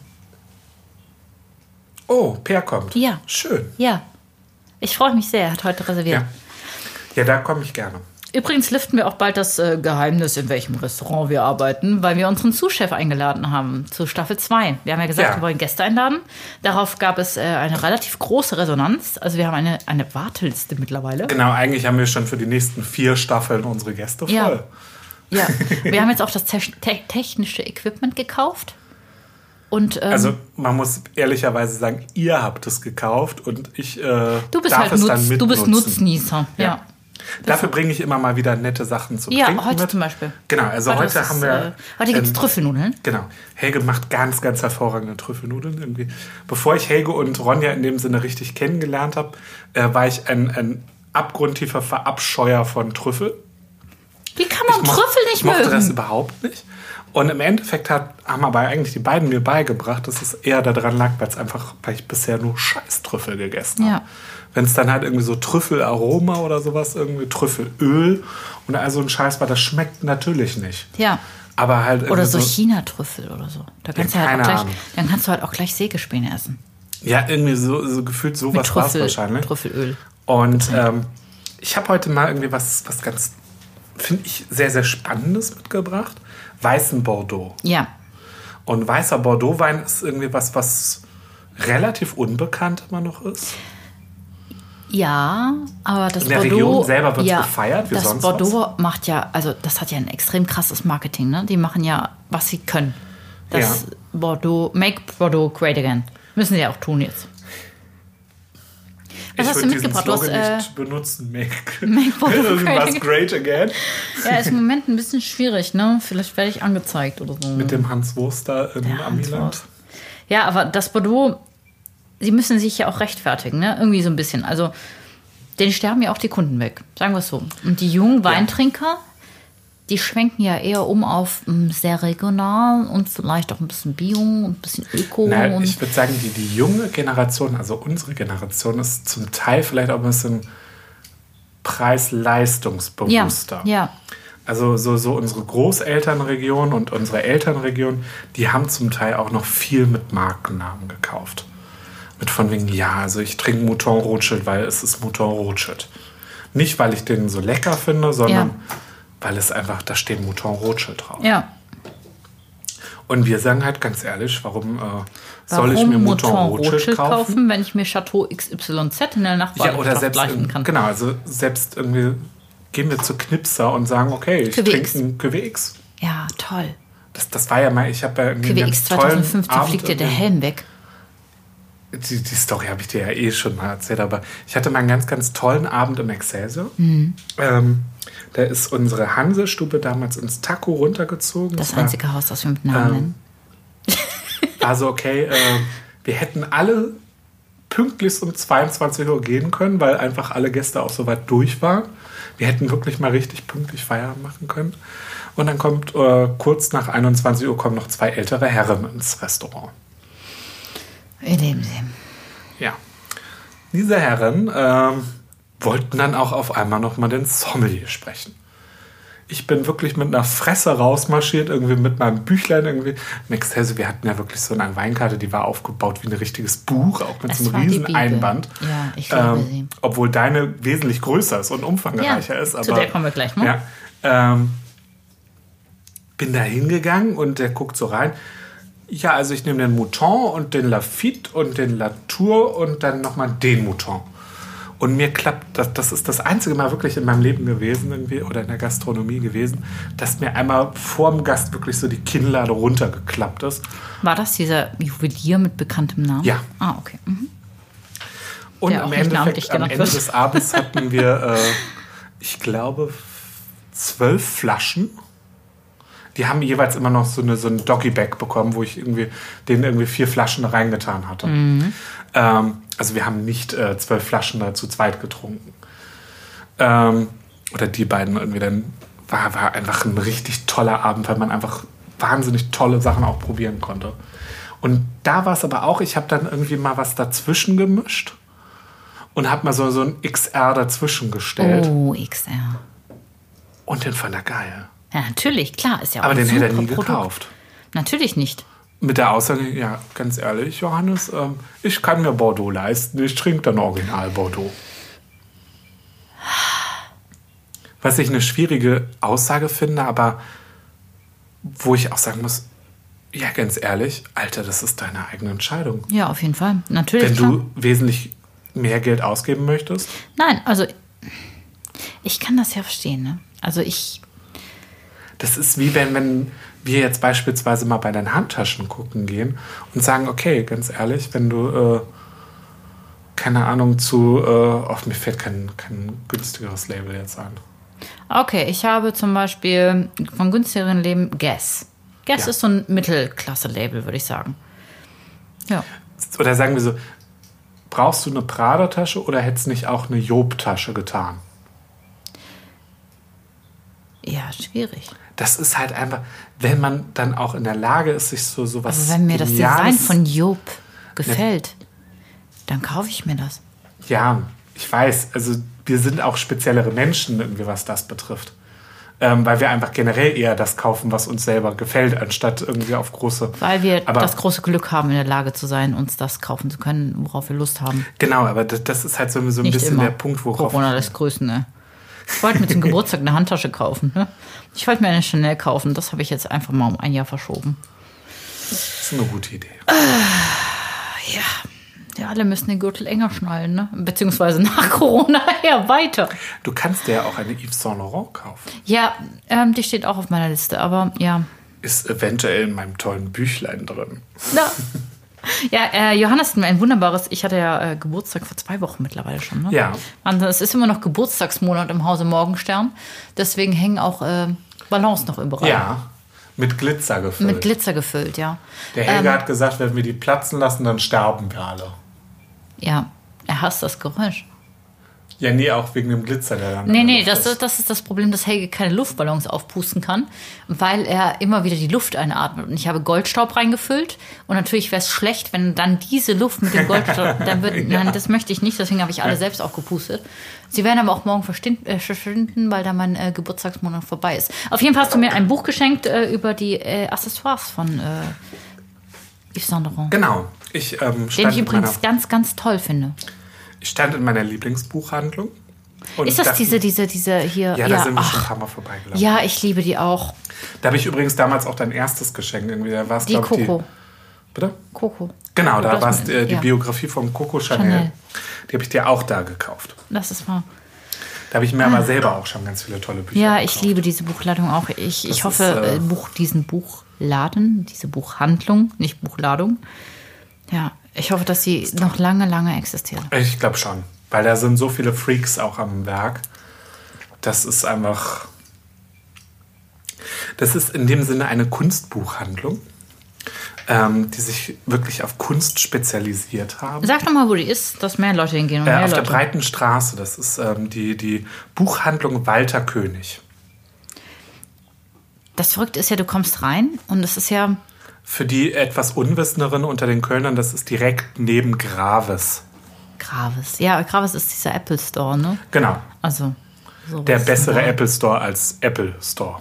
Oh, Per kommt. Ja. Schön. Ja. Ich freue mich sehr. Er hat heute reserviert. Ja, da komme ich gerne. Übrigens lüften wir auch bald das Geheimnis, in welchem Restaurant wir arbeiten, weil wir unseren Sous-Chef eingeladen haben zu Staffel 2. Wir haben ja gesagt, wir wollen Gäste einladen. Darauf gab es eine relativ große Resonanz. Also wir haben eine Warteliste mittlerweile. Genau, eigentlich haben wir schon für die nächsten 4 Staffeln unsere Gäste voll. Ja. Wir haben jetzt auch das technische Equipment gekauft. Und, also man muss ehrlicherweise sagen, ihr habt es gekauft und ich du bist darf halt es dann mitnutzen. Du bist Nutznießer, ja. Dafür bringe ich immer mal wieder nette Sachen zum Trinken mit. Ja, heute zum Beispiel. Genau, also heute haben wir... heute gibt es Trüffelnudeln. Genau. Helge macht ganz, ganz hervorragende Trüffelnudeln irgendwie. Bevor ich Helge und Ronja in dem Sinne richtig kennengelernt habe, war ich ein abgrundtiefer Verabscheuer von Trüffel. Wie kann man Trüffel nicht mögen? Ich mochte das überhaupt nicht. Und im Endeffekt haben aber eigentlich die beiden mir beigebracht, dass es eher daran lag, weil ich bisher nur Scheiß-Trüffel gegessen habe. Wenn es dann halt irgendwie so Trüffelaroma oder sowas, irgendwie Trüffelöl und all so ein Scheiß war, das schmeckt natürlich nicht. Ja. Aber halt oder so China-Trüffel oder so. Da kannst dann kannst du halt auch gleich Sägespäne essen. Ja, irgendwie so gefühlt sowas war es wahrscheinlich. Trüffelöl. Und ich habe heute mal irgendwie was ganz, finde ich, sehr, sehr Spannendes mitgebracht. Weißen Bordeaux. Ja. Und weißer Bordeaux-Wein ist irgendwie was relativ unbekannt immer noch ist. Ja, aber das in der Bordeaux... Region selber wird es gefeiert, wie das sonst Bordeaux macht ja, also das hat ja ein extrem krasses Marketing, ne? Die machen ja, was sie können. Das Bordeaux, make Bordeaux great again. Müssen sie ja auch tun jetzt. Was hast du mitgebracht? Ich würde nicht benutzen, make Bordeaux irgendwas great again. Ja, ist im Moment ein bisschen schwierig, ne? Vielleicht werde ich angezeigt oder so. Mit dem Hans Wurster im Amiland. Ja, aber das Bordeaux... Sie müssen sich ja auch rechtfertigen, ne? Irgendwie so ein bisschen. Also, denen sterben ja auch die Kunden weg. Sagen wir es so. Und die jungen Weintrinker, die schwenken ja eher auf sehr regional und vielleicht auch ein bisschen Bio und ein bisschen Öko. Ich würde sagen, die junge Generation, also unsere Generation, ist zum Teil vielleicht auch ein bisschen preis-leistungsbewusster. Ja. Also so unsere Großelternregion und unsere Elternregion, die haben zum Teil auch noch viel mit Markennamen gekauft. Mit von wegen, also ich trinke Mouton Rothschild, weil es ist Mouton Rothschild. Nicht, weil ich den so lecker finde, sondern weil es einfach, da steht Mouton Rothschild drauf. Ja. Und wir sagen halt ganz ehrlich, warum soll ich mir Mouton Rothschild kaufen, wenn ich mir Chateau XYZ in der Nachbarschaft leisten kann? Genau, also selbst irgendwie gehen wir zu Knipser und sagen, okay, ich trinke ein QWX. Ja, toll. Das war ja mal, ich habe ja irgendwie QWX 2015 fliegt dir der Helm weg. Die Story habe ich dir ja eh schon mal erzählt, aber ich hatte mal einen ganz, ganz tollen Abend im Excelsior. Da ist unsere Hansestube damals ins Taco runtergezogen. Das einzige Haus, das wir mit Namen nennen. Also okay, wir hätten alle pünktlich um 22 Uhr gehen können, weil einfach alle Gäste auch so weit durch waren. Wir hätten wirklich mal richtig pünktlich Feierabend machen können. Und dann kommt kurz nach 21 Uhr kommen noch 2 ältere Herren ins Restaurant. Wir leben sie. Ja. Diese Herren wollten dann auch auf einmal nochmal den Sommelier sprechen. Ich bin wirklich mit einer Fresse rausmarschiert, irgendwie mit meinem Büchlein irgendwie. Also wir hatten ja wirklich so eine Weinkarte, die war aufgebaut wie ein richtiges Buch, auch mit so einem riesen Einband. Ja, ich liebe sie. Obwohl deine wesentlich größer ist und umfangreicher ist. Aber, zu der kommen wir gleich noch. Ja, bin da hingegangen und der guckt so rein. Ja, also ich nehme den Mouton und den Lafite und den Latour und dann nochmal den Mouton. Und mir klappt, das ist das einzige Mal wirklich in meinem Leben gewesen, irgendwie, oder in der Gastronomie gewesen, dass mir einmal vor dem Gast wirklich so die Kinnlade runtergeklappt ist. War das dieser Juwelier mit bekanntem Namen? Ja. Ah, okay. Mhm. Und am Ende des Abends hatten wir, ich glaube, 12 Flaschen. Die haben jeweils immer noch so ein Doggy-Bag bekommen, wo ich denen 4 Flaschen reingetan hatte. Mhm. Also wir haben nicht 12 Flaschen da zu zweit getrunken. Oder die beiden irgendwie. Dann war einfach ein richtig toller Abend, weil man einfach wahnsinnig tolle Sachen auch probieren konnte. Und da war es aber auch, ich habe dann irgendwie mal was dazwischen gemischt und habe mal so ein XR dazwischen gestellt. Oh, XR. Und den fand er geil. Ja, natürlich, klar, ist ja auch aber ein den hätte er nie Produkt. Gekauft. Natürlich nicht. Mit der Aussage, ja, ganz ehrlich, Johannes, ich kann mir Bordeaux leisten, ich trinke dann Original Bordeaux. Was ich eine schwierige Aussage finde, aber wo ich auch sagen muss, ja, ganz ehrlich, Alter, das ist deine eigene Entscheidung. Ja, auf jeden Fall. Natürlich. Wenn du wesentlich mehr Geld ausgeben möchtest. Nein, also ich kann das ja verstehen, ne? Also das ist wie wenn wir jetzt beispielsweise mal bei deinen Handtaschen gucken gehen und sagen, okay, ganz ehrlich, wenn du, keine Ahnung, mir fällt kein günstigeres Label jetzt an. Okay, ich habe zum Beispiel von günstigeren Leben Guess. Guess Ja. ist so ein Mittelklasse-Label, würde ich sagen. Ja. Oder sagen wir so, brauchst du eine Prada-Tasche oder hättest nicht auch eine Job-Tasche getan? Ja, schwierig. Das ist halt einfach, wenn man dann auch in der Lage ist, sich sowas. Also wenn mir das Geniales- Design von Job gefällt, dann kaufe ich mir das. Ja, ich weiß. Also wir sind auch speziellere Menschen, irgendwie, was das betrifft. Weil wir einfach generell eher das kaufen, was uns selber gefällt, anstatt irgendwie auf große... Weil wir aber, das große Glück haben, in der Lage zu sein, uns das kaufen zu können, worauf wir Lust haben. Genau, aber das ist halt so ein Nicht bisschen immer. der Punkt, worauf... Corona lässt grüßen, ne? Ich wollte mir zum Geburtstag eine Handtasche kaufen, ne? Ich wollte mir eine Chanel kaufen, das habe ich jetzt einfach mal um ein Jahr verschoben. Das ist eine gute Idee. Ja, alle müssen den Gürtel enger schnallen, ne? Beziehungsweise nach Corona eher weiter. Du kannst dir ja auch eine Yves Saint Laurent kaufen. Ja, die steht auch auf meiner Liste, aber ja. Ist eventuell in meinem tollen Büchlein drin. Ja, Johannes hat mir ein wunderbares, ich hatte ja Geburtstag vor 2 Wochen mittlerweile schon, ne? Ja. Und es ist immer noch Geburtstagsmonat im Hause Morgenstern, deswegen hängen auch Ballons noch überall. Ja, mit Glitzer gefüllt. Mit Glitzer gefüllt, ja. Der Helge hat gesagt, wenn wir die platzen lassen, dann sterben wir alle. Ja, er hasst das Geräusch. Ja, nee, auch wegen dem Glitzer, der dann... Nee, das ist das Problem, dass Helge keine Luftballons aufpusten kann, weil er immer wieder die Luft einatmet. Und ich habe Goldstaub reingefüllt und natürlich wäre es schlecht, wenn dann diese Luft mit dem Goldstaub... Nein, das möchte ich nicht, deswegen habe ich alle selbst auch gepustet. Sie werden aber auch morgen verschwinden, weil da mein Geburtstagsmonat vorbei ist. Auf jeden Fall hast du mir ein Buch geschenkt über die Accessoires von Yves Saint Laurent. Genau. Den ich übrigens ganz, ganz toll finde. Ich stand in meiner Lieblingsbuchhandlung. Und Ist das dachte, diese hier? Ja, da sind wir schon ein paar Mal vorbeigelaufen. Ja, ich liebe die auch. Da habe ich übrigens damals auch dein erstes Geschenk. Irgendwie. Da war's, Die Coco. Bitte? Coco. Genau, Coco, da war es die ja. Biografie von Coco Chanel. Die habe ich dir auch da gekauft. Das ist wahr. Da habe ich mir aber selber auch schon ganz viele tolle Bücher Ja, gekauft. ich liebe diese Buchladung auch. Ich hoffe, diesen Buchladen, diese Buchhandlung, nicht Buchladung. Ja, ich hoffe, dass sie noch lange, lange existiert. Ich glaube schon. Weil da sind so viele Freaks auch am Werk. Das ist einfach... Das ist in dem Sinne eine Kunstbuchhandlung, die sich wirklich auf Kunst spezialisiert haben. Sag doch mal, wo die ist, dass mehr Leute hingehen. Und mehr Auf Leute. der Breiten Straße. Das ist die Buchhandlung Walter König. Das Verrückte ist ja, du kommst rein und es ist ja... Für die etwas Unwissenderen unter den Kölnern, das ist direkt neben Graves. Gravis. Ja, Gravis ist dieser Apple Store, ne? Genau. Also sowas Der bessere da. Apple Store als Apple Store.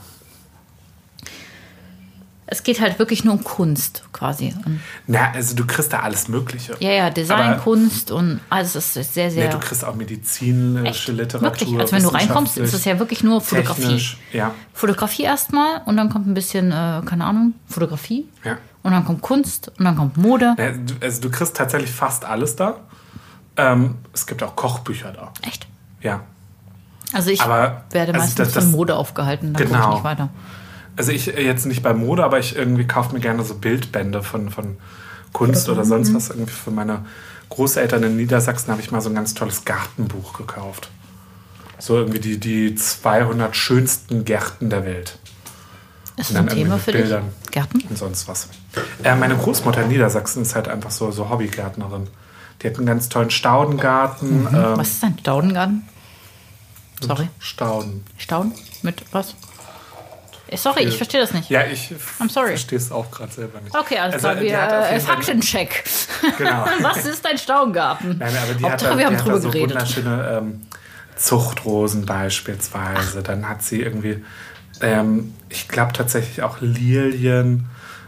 Es geht halt wirklich nur um Kunst quasi. Und Na, also du kriegst da alles Mögliche. ja, Design, Aber- Kunst und alles ist sehr, sehr... Nee, du kriegst auch medizinische Literatur. Wirklich, also wenn du reinkommst, ist es ja wirklich nur Fotografie. technisch, ja. Fotografie erstmal und dann kommt ein bisschen, keine Ahnung, Fotografie. Ja. Und dann kommt Kunst und dann kommt Mode. Ja, also du kriegst tatsächlich fast alles da. Es gibt auch Kochbücher da. Echt? Ja. Also ich Aber, werde also meistens das- von Mode aufgehalten, dann gucke Genau. ich nicht weiter. Also ich jetzt nicht bei Mode, aber ich irgendwie kaufe mir gerne so Bildbände von Kunst oder sonst was. Irgendwie für meine Großeltern in Niedersachsen habe ich mal so ein ganz tolles Gartenbuch gekauft. So irgendwie die 200 schönsten Gärten der Welt. Ist Und das ein dann Thema irgendwie für mit dich? Bildern. Gärten? Und sonst was. Meine Großmutter in Niedersachsen ist halt einfach so Hobbygärtnerin. Die hat einen ganz tollen Staudengarten. Was ist ein Staudengarten? Sorry. Stauden. Stauden? Mit was? Sorry, ich verstehe das nicht. Ja, ich sorry. verstehe es auch gerade selber nicht. Okay, alles klar, die hat auf wir jeden Fall- Faktencheck. Genau. Was ist ein Staudengarten? Nein, aber die Hauptsache, hat, wir haben die hat drüber da so geredet. wunderschöne Zuchtrosen beispielsweise. Dann hat sie irgendwie, ich glaube tatsächlich auch Lilien,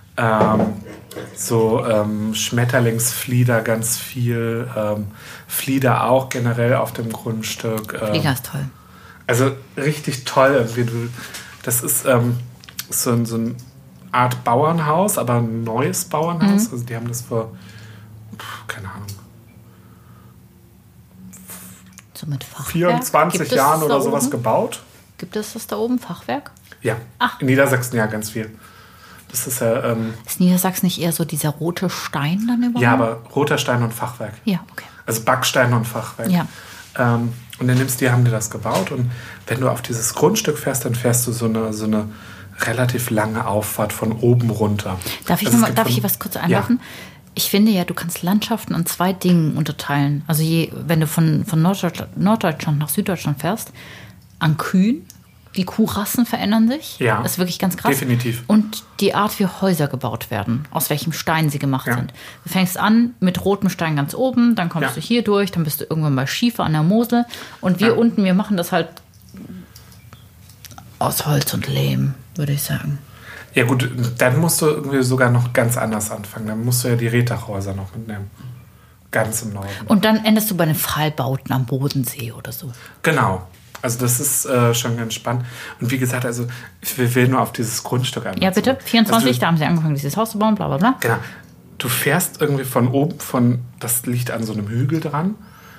Schmetterlingsflieder ganz viel, Flieder auch generell auf dem Grundstück. Flieger ist toll. Also richtig toll irgendwie. Das ist so eine Art Bauernhaus, aber ein neues Bauernhaus. Also die haben das vor, keine Ahnung, So mit Fachwerk. 24 Gibt es Jahren da oder sowas oben? gebaut. Gibt es das da oben, Fachwerk? Ja, Ach. in Niedersachsen ja ganz viel. Das ist ja, Ist Niedersachsen nicht eher so dieser rote Stein dann überhaupt? ja, aber roter Stein und Fachwerk. Ja, okay. Also Backstein und Fachwerk. Ja. Und dann haben die das gebaut. Und wenn du auf dieses Grundstück fährst, dann fährst du so eine relativ lange Auffahrt von oben runter. Darf ich, Also es gibt darf ich von- hier was kurz einwerfen? Ja. Ich finde ja, du kannst Landschaften in 2 Dingen unterteilen. Also wenn du von Norddeutschland nach Süddeutschland fährst, an Kühen, die Kuhrassen verändern sich. Ja, Das ist wirklich ganz krass. definitiv. Und die Art, wie Häuser gebaut werden, aus welchem Stein sie gemacht Ja. sind. Du fängst an mit rotem Stein ganz oben, dann kommst Ja. du hier durch, dann bist du irgendwann bei Schiefer an der Mosel. Und wir Ja. unten, wir machen das halt aus Holz und Lehm, würde ich sagen. Ja gut, dann musst du irgendwie sogar noch ganz anders anfangen. Dann musst du ja die Retachhäuser noch mitnehmen. Ganz im Norden. Und dann endest du bei den Pfahlbauten am Bodensee oder so. Genau. Also das ist schon ganz spannend. Und wie gesagt, also ich will nur auf dieses Grundstück einmal Ja, bitte. zurück. 24, Also, da haben sie angefangen, dieses Haus zu bauen, bla bla bla. genau. Du fährst irgendwie von oben, das liegt an so einem Hügel dran,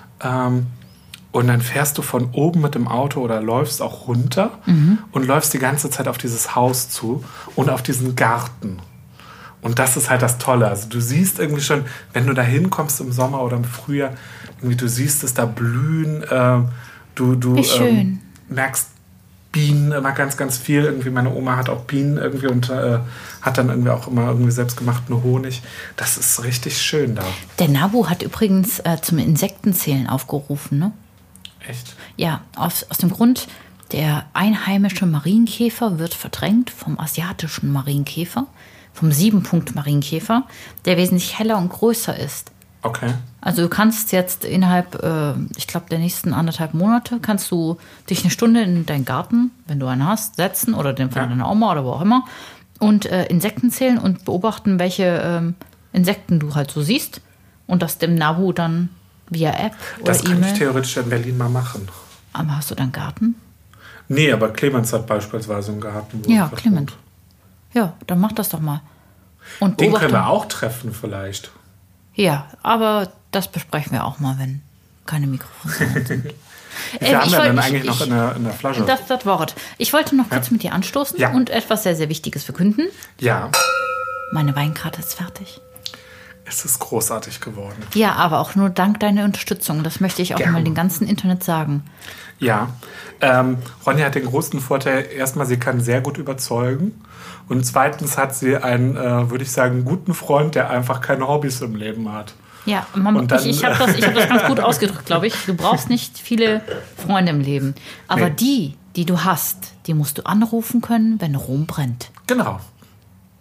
und dann fährst du von oben mit dem Auto oder läufst auch runter und läufst die ganze Zeit auf dieses Haus zu und auf diesen Garten. Und das ist halt das Tolle. Also du siehst irgendwie schon, wenn du da hinkommst im Sommer oder im Frühjahr, irgendwie du siehst es da blühen, du Wie schön. merkst Bienen immer ganz, ganz viel. Irgendwie meine Oma hat auch Bienen irgendwie und hat dann irgendwie auch immer irgendwie selbstgemachten Honig. Das ist richtig schön da. Der NABU hat übrigens zum Insektenzählen aufgerufen, ne? Echt? Ja, aus dem Grund, der einheimische Marienkäfer wird verdrängt vom asiatischen Marienkäfer, vom 7-Punkt-Marienkäfer, der wesentlich heller und größer ist. Okay. Also du kannst jetzt innerhalb, ich glaube, der nächsten 1,5 Monate, kannst du dich eine Stunde in deinen Garten, wenn du einen hast, setzen oder den von Ja. deiner Oma oder wo auch immer und Insekten zählen und beobachten, welche Insekten du halt so siehst und das dem NABU dann via App oder Das kann ich E-Mail. theoretisch in Berlin mal machen. Aber hast du dann Garten? Nee, aber Clemens hat beispielsweise einen Garten. wo Ja, er Clement. wohnt. Ja, dann mach das doch mal. Und Den beobachte. können wir auch treffen vielleicht. Ja, aber das besprechen wir auch mal, wenn keine Mikrofone sind. Wie viel haben wir denn wollte- eigentlich noch in der Flasche? Das Wort. Ich wollte noch kurz mit dir anstoßen Ja. und etwas sehr, sehr Wichtiges verkünden. Ja, Meine Weinkarte ist fertig. es ist großartig geworden. Ja, aber auch nur dank deiner Unterstützung. Das möchte ich auch Gerne. mal dem ganzen Internet sagen. Ja, Ronja hat den großen Vorteil, erstmal, sie kann sehr gut überzeugen. Und zweitens hat sie einen, würde ich sagen, guten Freund, der einfach keine Hobbys im Leben hat. Ja, Mama, Und dann- ich hab das ganz gut ausgedrückt, glaube ich. Du brauchst nicht viele Freunde im Leben. Aber Nee. die du hast, die musst du anrufen können, wenn Rom brennt. Genau.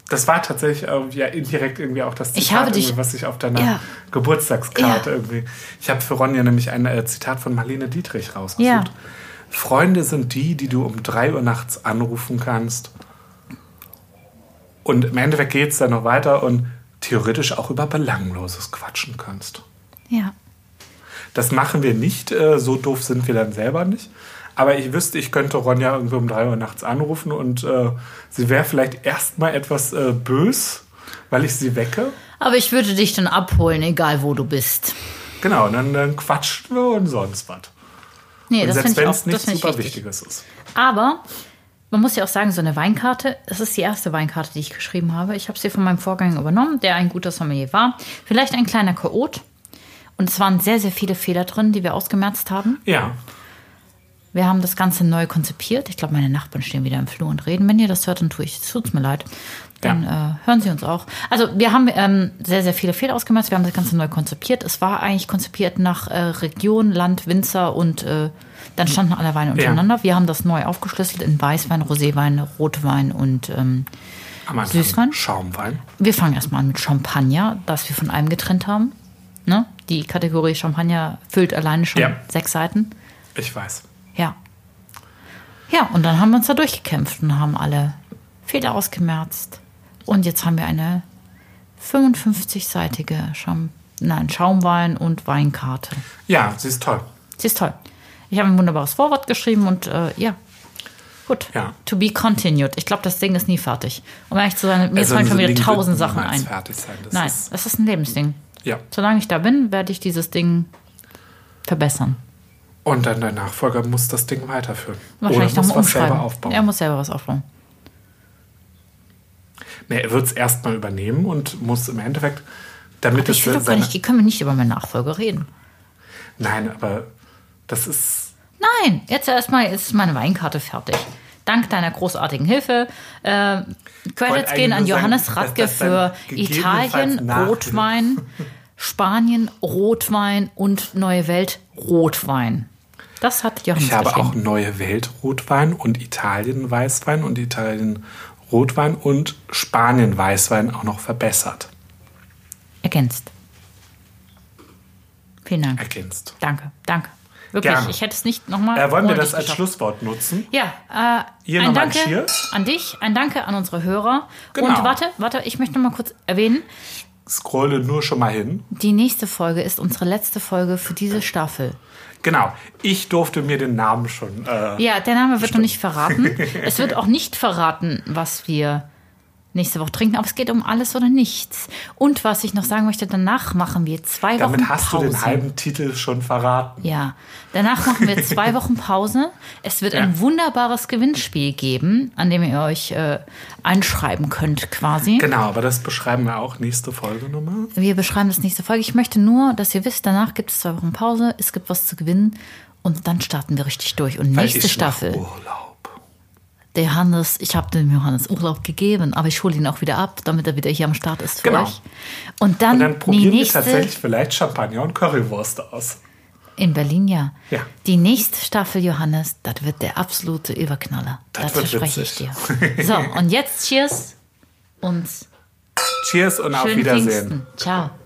Das war tatsächlich ja indirekt irgendwie auch das Zitat, was ich auf deiner Geburtstagskarte irgendwie... Ich habe für Ronja nämlich ein Zitat von Marlene Dietrich rausgesucht. Ja. Freunde sind die du um 3 Uhr nachts anrufen kannst. Und im Endeffekt geht es dann noch weiter und theoretisch auch über Belangloses quatschen kannst. Ja. Das machen wir nicht, so doof sind wir dann selber nicht. Aber ich wüsste, ich könnte Ronja irgendwie um 3 Uhr nachts anrufen und sie wäre vielleicht erstmal etwas bös, weil ich sie wecke. Aber ich würde dich dann abholen, egal wo du bist. Genau, dann quatschen wir und sonst was. Nee, und das selbst wenn ich es nicht super Wichtiges ist. Aber man muss ja auch sagen, so eine Weinkarte, das ist die erste Weinkarte, die ich geschrieben habe. Ich habe sie von meinem Vorgänger übernommen, der ein guter Sommelier war. Vielleicht ein kleiner Chaot. Und es waren sehr, sehr viele Fehler drin, die wir ausgemerzt haben. Ja. Wir haben das Ganze neu konzipiert. Ich glaube, meine Nachbarn stehen wieder im Flur und reden. Wenn ihr das hört, dann tut's mir leid. Dann hören sie uns auch. Also wir haben sehr, sehr viele Fehler ausgemerzt. Wir haben das Ganze neu konzipiert. Es war eigentlich konzipiert nach Region, Land, Winzer und dann standen alle Weine untereinander. Wir haben das neu aufgeschlüsselt in Weißwein, Roséwein, Rotwein und Süßwein. Schaumwein. Wir fangen erstmal an mit Champagner, das wir von einem getrennt haben. Ne? Die Kategorie Champagner füllt alleine schon 6 Seiten. Ich weiß. Ja. Ja, und dann haben wir uns da durchgekämpft und haben alle Fehler ausgemerzt. Und jetzt haben wir eine 55-seitige Schaumwein- und Weinkarte. Ja, sie ist toll. Sie ist toll. Ich habe ein wunderbares Vorwort geschrieben und gut. Ja. To be continued. Ich glaube, das Ding ist nie fertig. Um ehrlich zu sein, mir fallen schon wieder 1000 Sachen ein. Fertig sein. Nein, das ist ein Lebensding. Ja. Solange ich da bin, werde ich dieses Ding verbessern. Und dann der Nachfolger muss das Ding weiterführen. Wahrscheinlich oder muss nochmal was umschreiben. selber aufbauen. Er muss selber was aufbauen. Nee, er wird es erstmal übernehmen und muss im Endeffekt, damit Aber ich will doch gar nicht, können wir nicht über meinen Nachfolger reden. Nein, aber das ist... Nein, jetzt erstmal ist meine Weinkarte fertig. Dank deiner großartigen Hilfe. Credits gehen an Johannes Radke für Italien, Rotwein, Spanien, Rotwein und Neue Welt, Rotwein. Das hat Johannes Ich habe geschrieben. auch Neue Welt Rotwein und Italien Weißwein und Italien Rotwein und Spanien Weißwein auch noch verbessert. Ergänzt. Vielen Dank. Ergänzt. Danke. Wirklich, Gerne. ich hätte es nicht nochmal... Wollen wir das als Schlusswort nutzen? Ja, Hier ein nochmal Danke Cheers. an dich, ein Danke an unsere Hörer. Genau. Und warte, ich möchte noch mal kurz erwähnen, Scrolle nur schon mal hin. die nächste Folge ist unsere letzte Folge für diese Staffel. Genau, ich durfte mir den Namen schon... Ja, der Name wird noch nicht verraten. Es wird auch nicht verraten, was wir nächste Woche trinken, aber es geht um alles oder nichts. Und was ich noch sagen möchte, danach machen wir 2 Wochen Pause. Damit hast du den halben Titel schon verraten. Ja, danach machen wir 2 Wochen Pause. Es wird ein wunderbares Gewinnspiel geben, an dem ihr euch einschreiben könnt quasi. Genau, aber das beschreiben wir auch nächste Folge nochmal. Wir beschreiben das nächste Folge. Ich möchte nur, dass ihr wisst, danach gibt es 2 Wochen Pause, es gibt was zu gewinnen und dann starten wir richtig durch. Und nächste Staffel. Urlaub. Der Hannes, ich habe dem Johannes Urlaub gegeben, aber ich hole ihn auch wieder ab, damit er wieder hier am Start ist für euch. Und dann probieren wir nächste, tatsächlich vielleicht Champagner und Currywurst aus. in Berlin, ja. Ja. Die nächste Staffel, Johannes, das wird der absolute Überknaller. Das wird verspreche ich witzig. dir. So, und jetzt Cheers und Cheers und auf schönen Wiedersehen. Pfingsten. Ciao.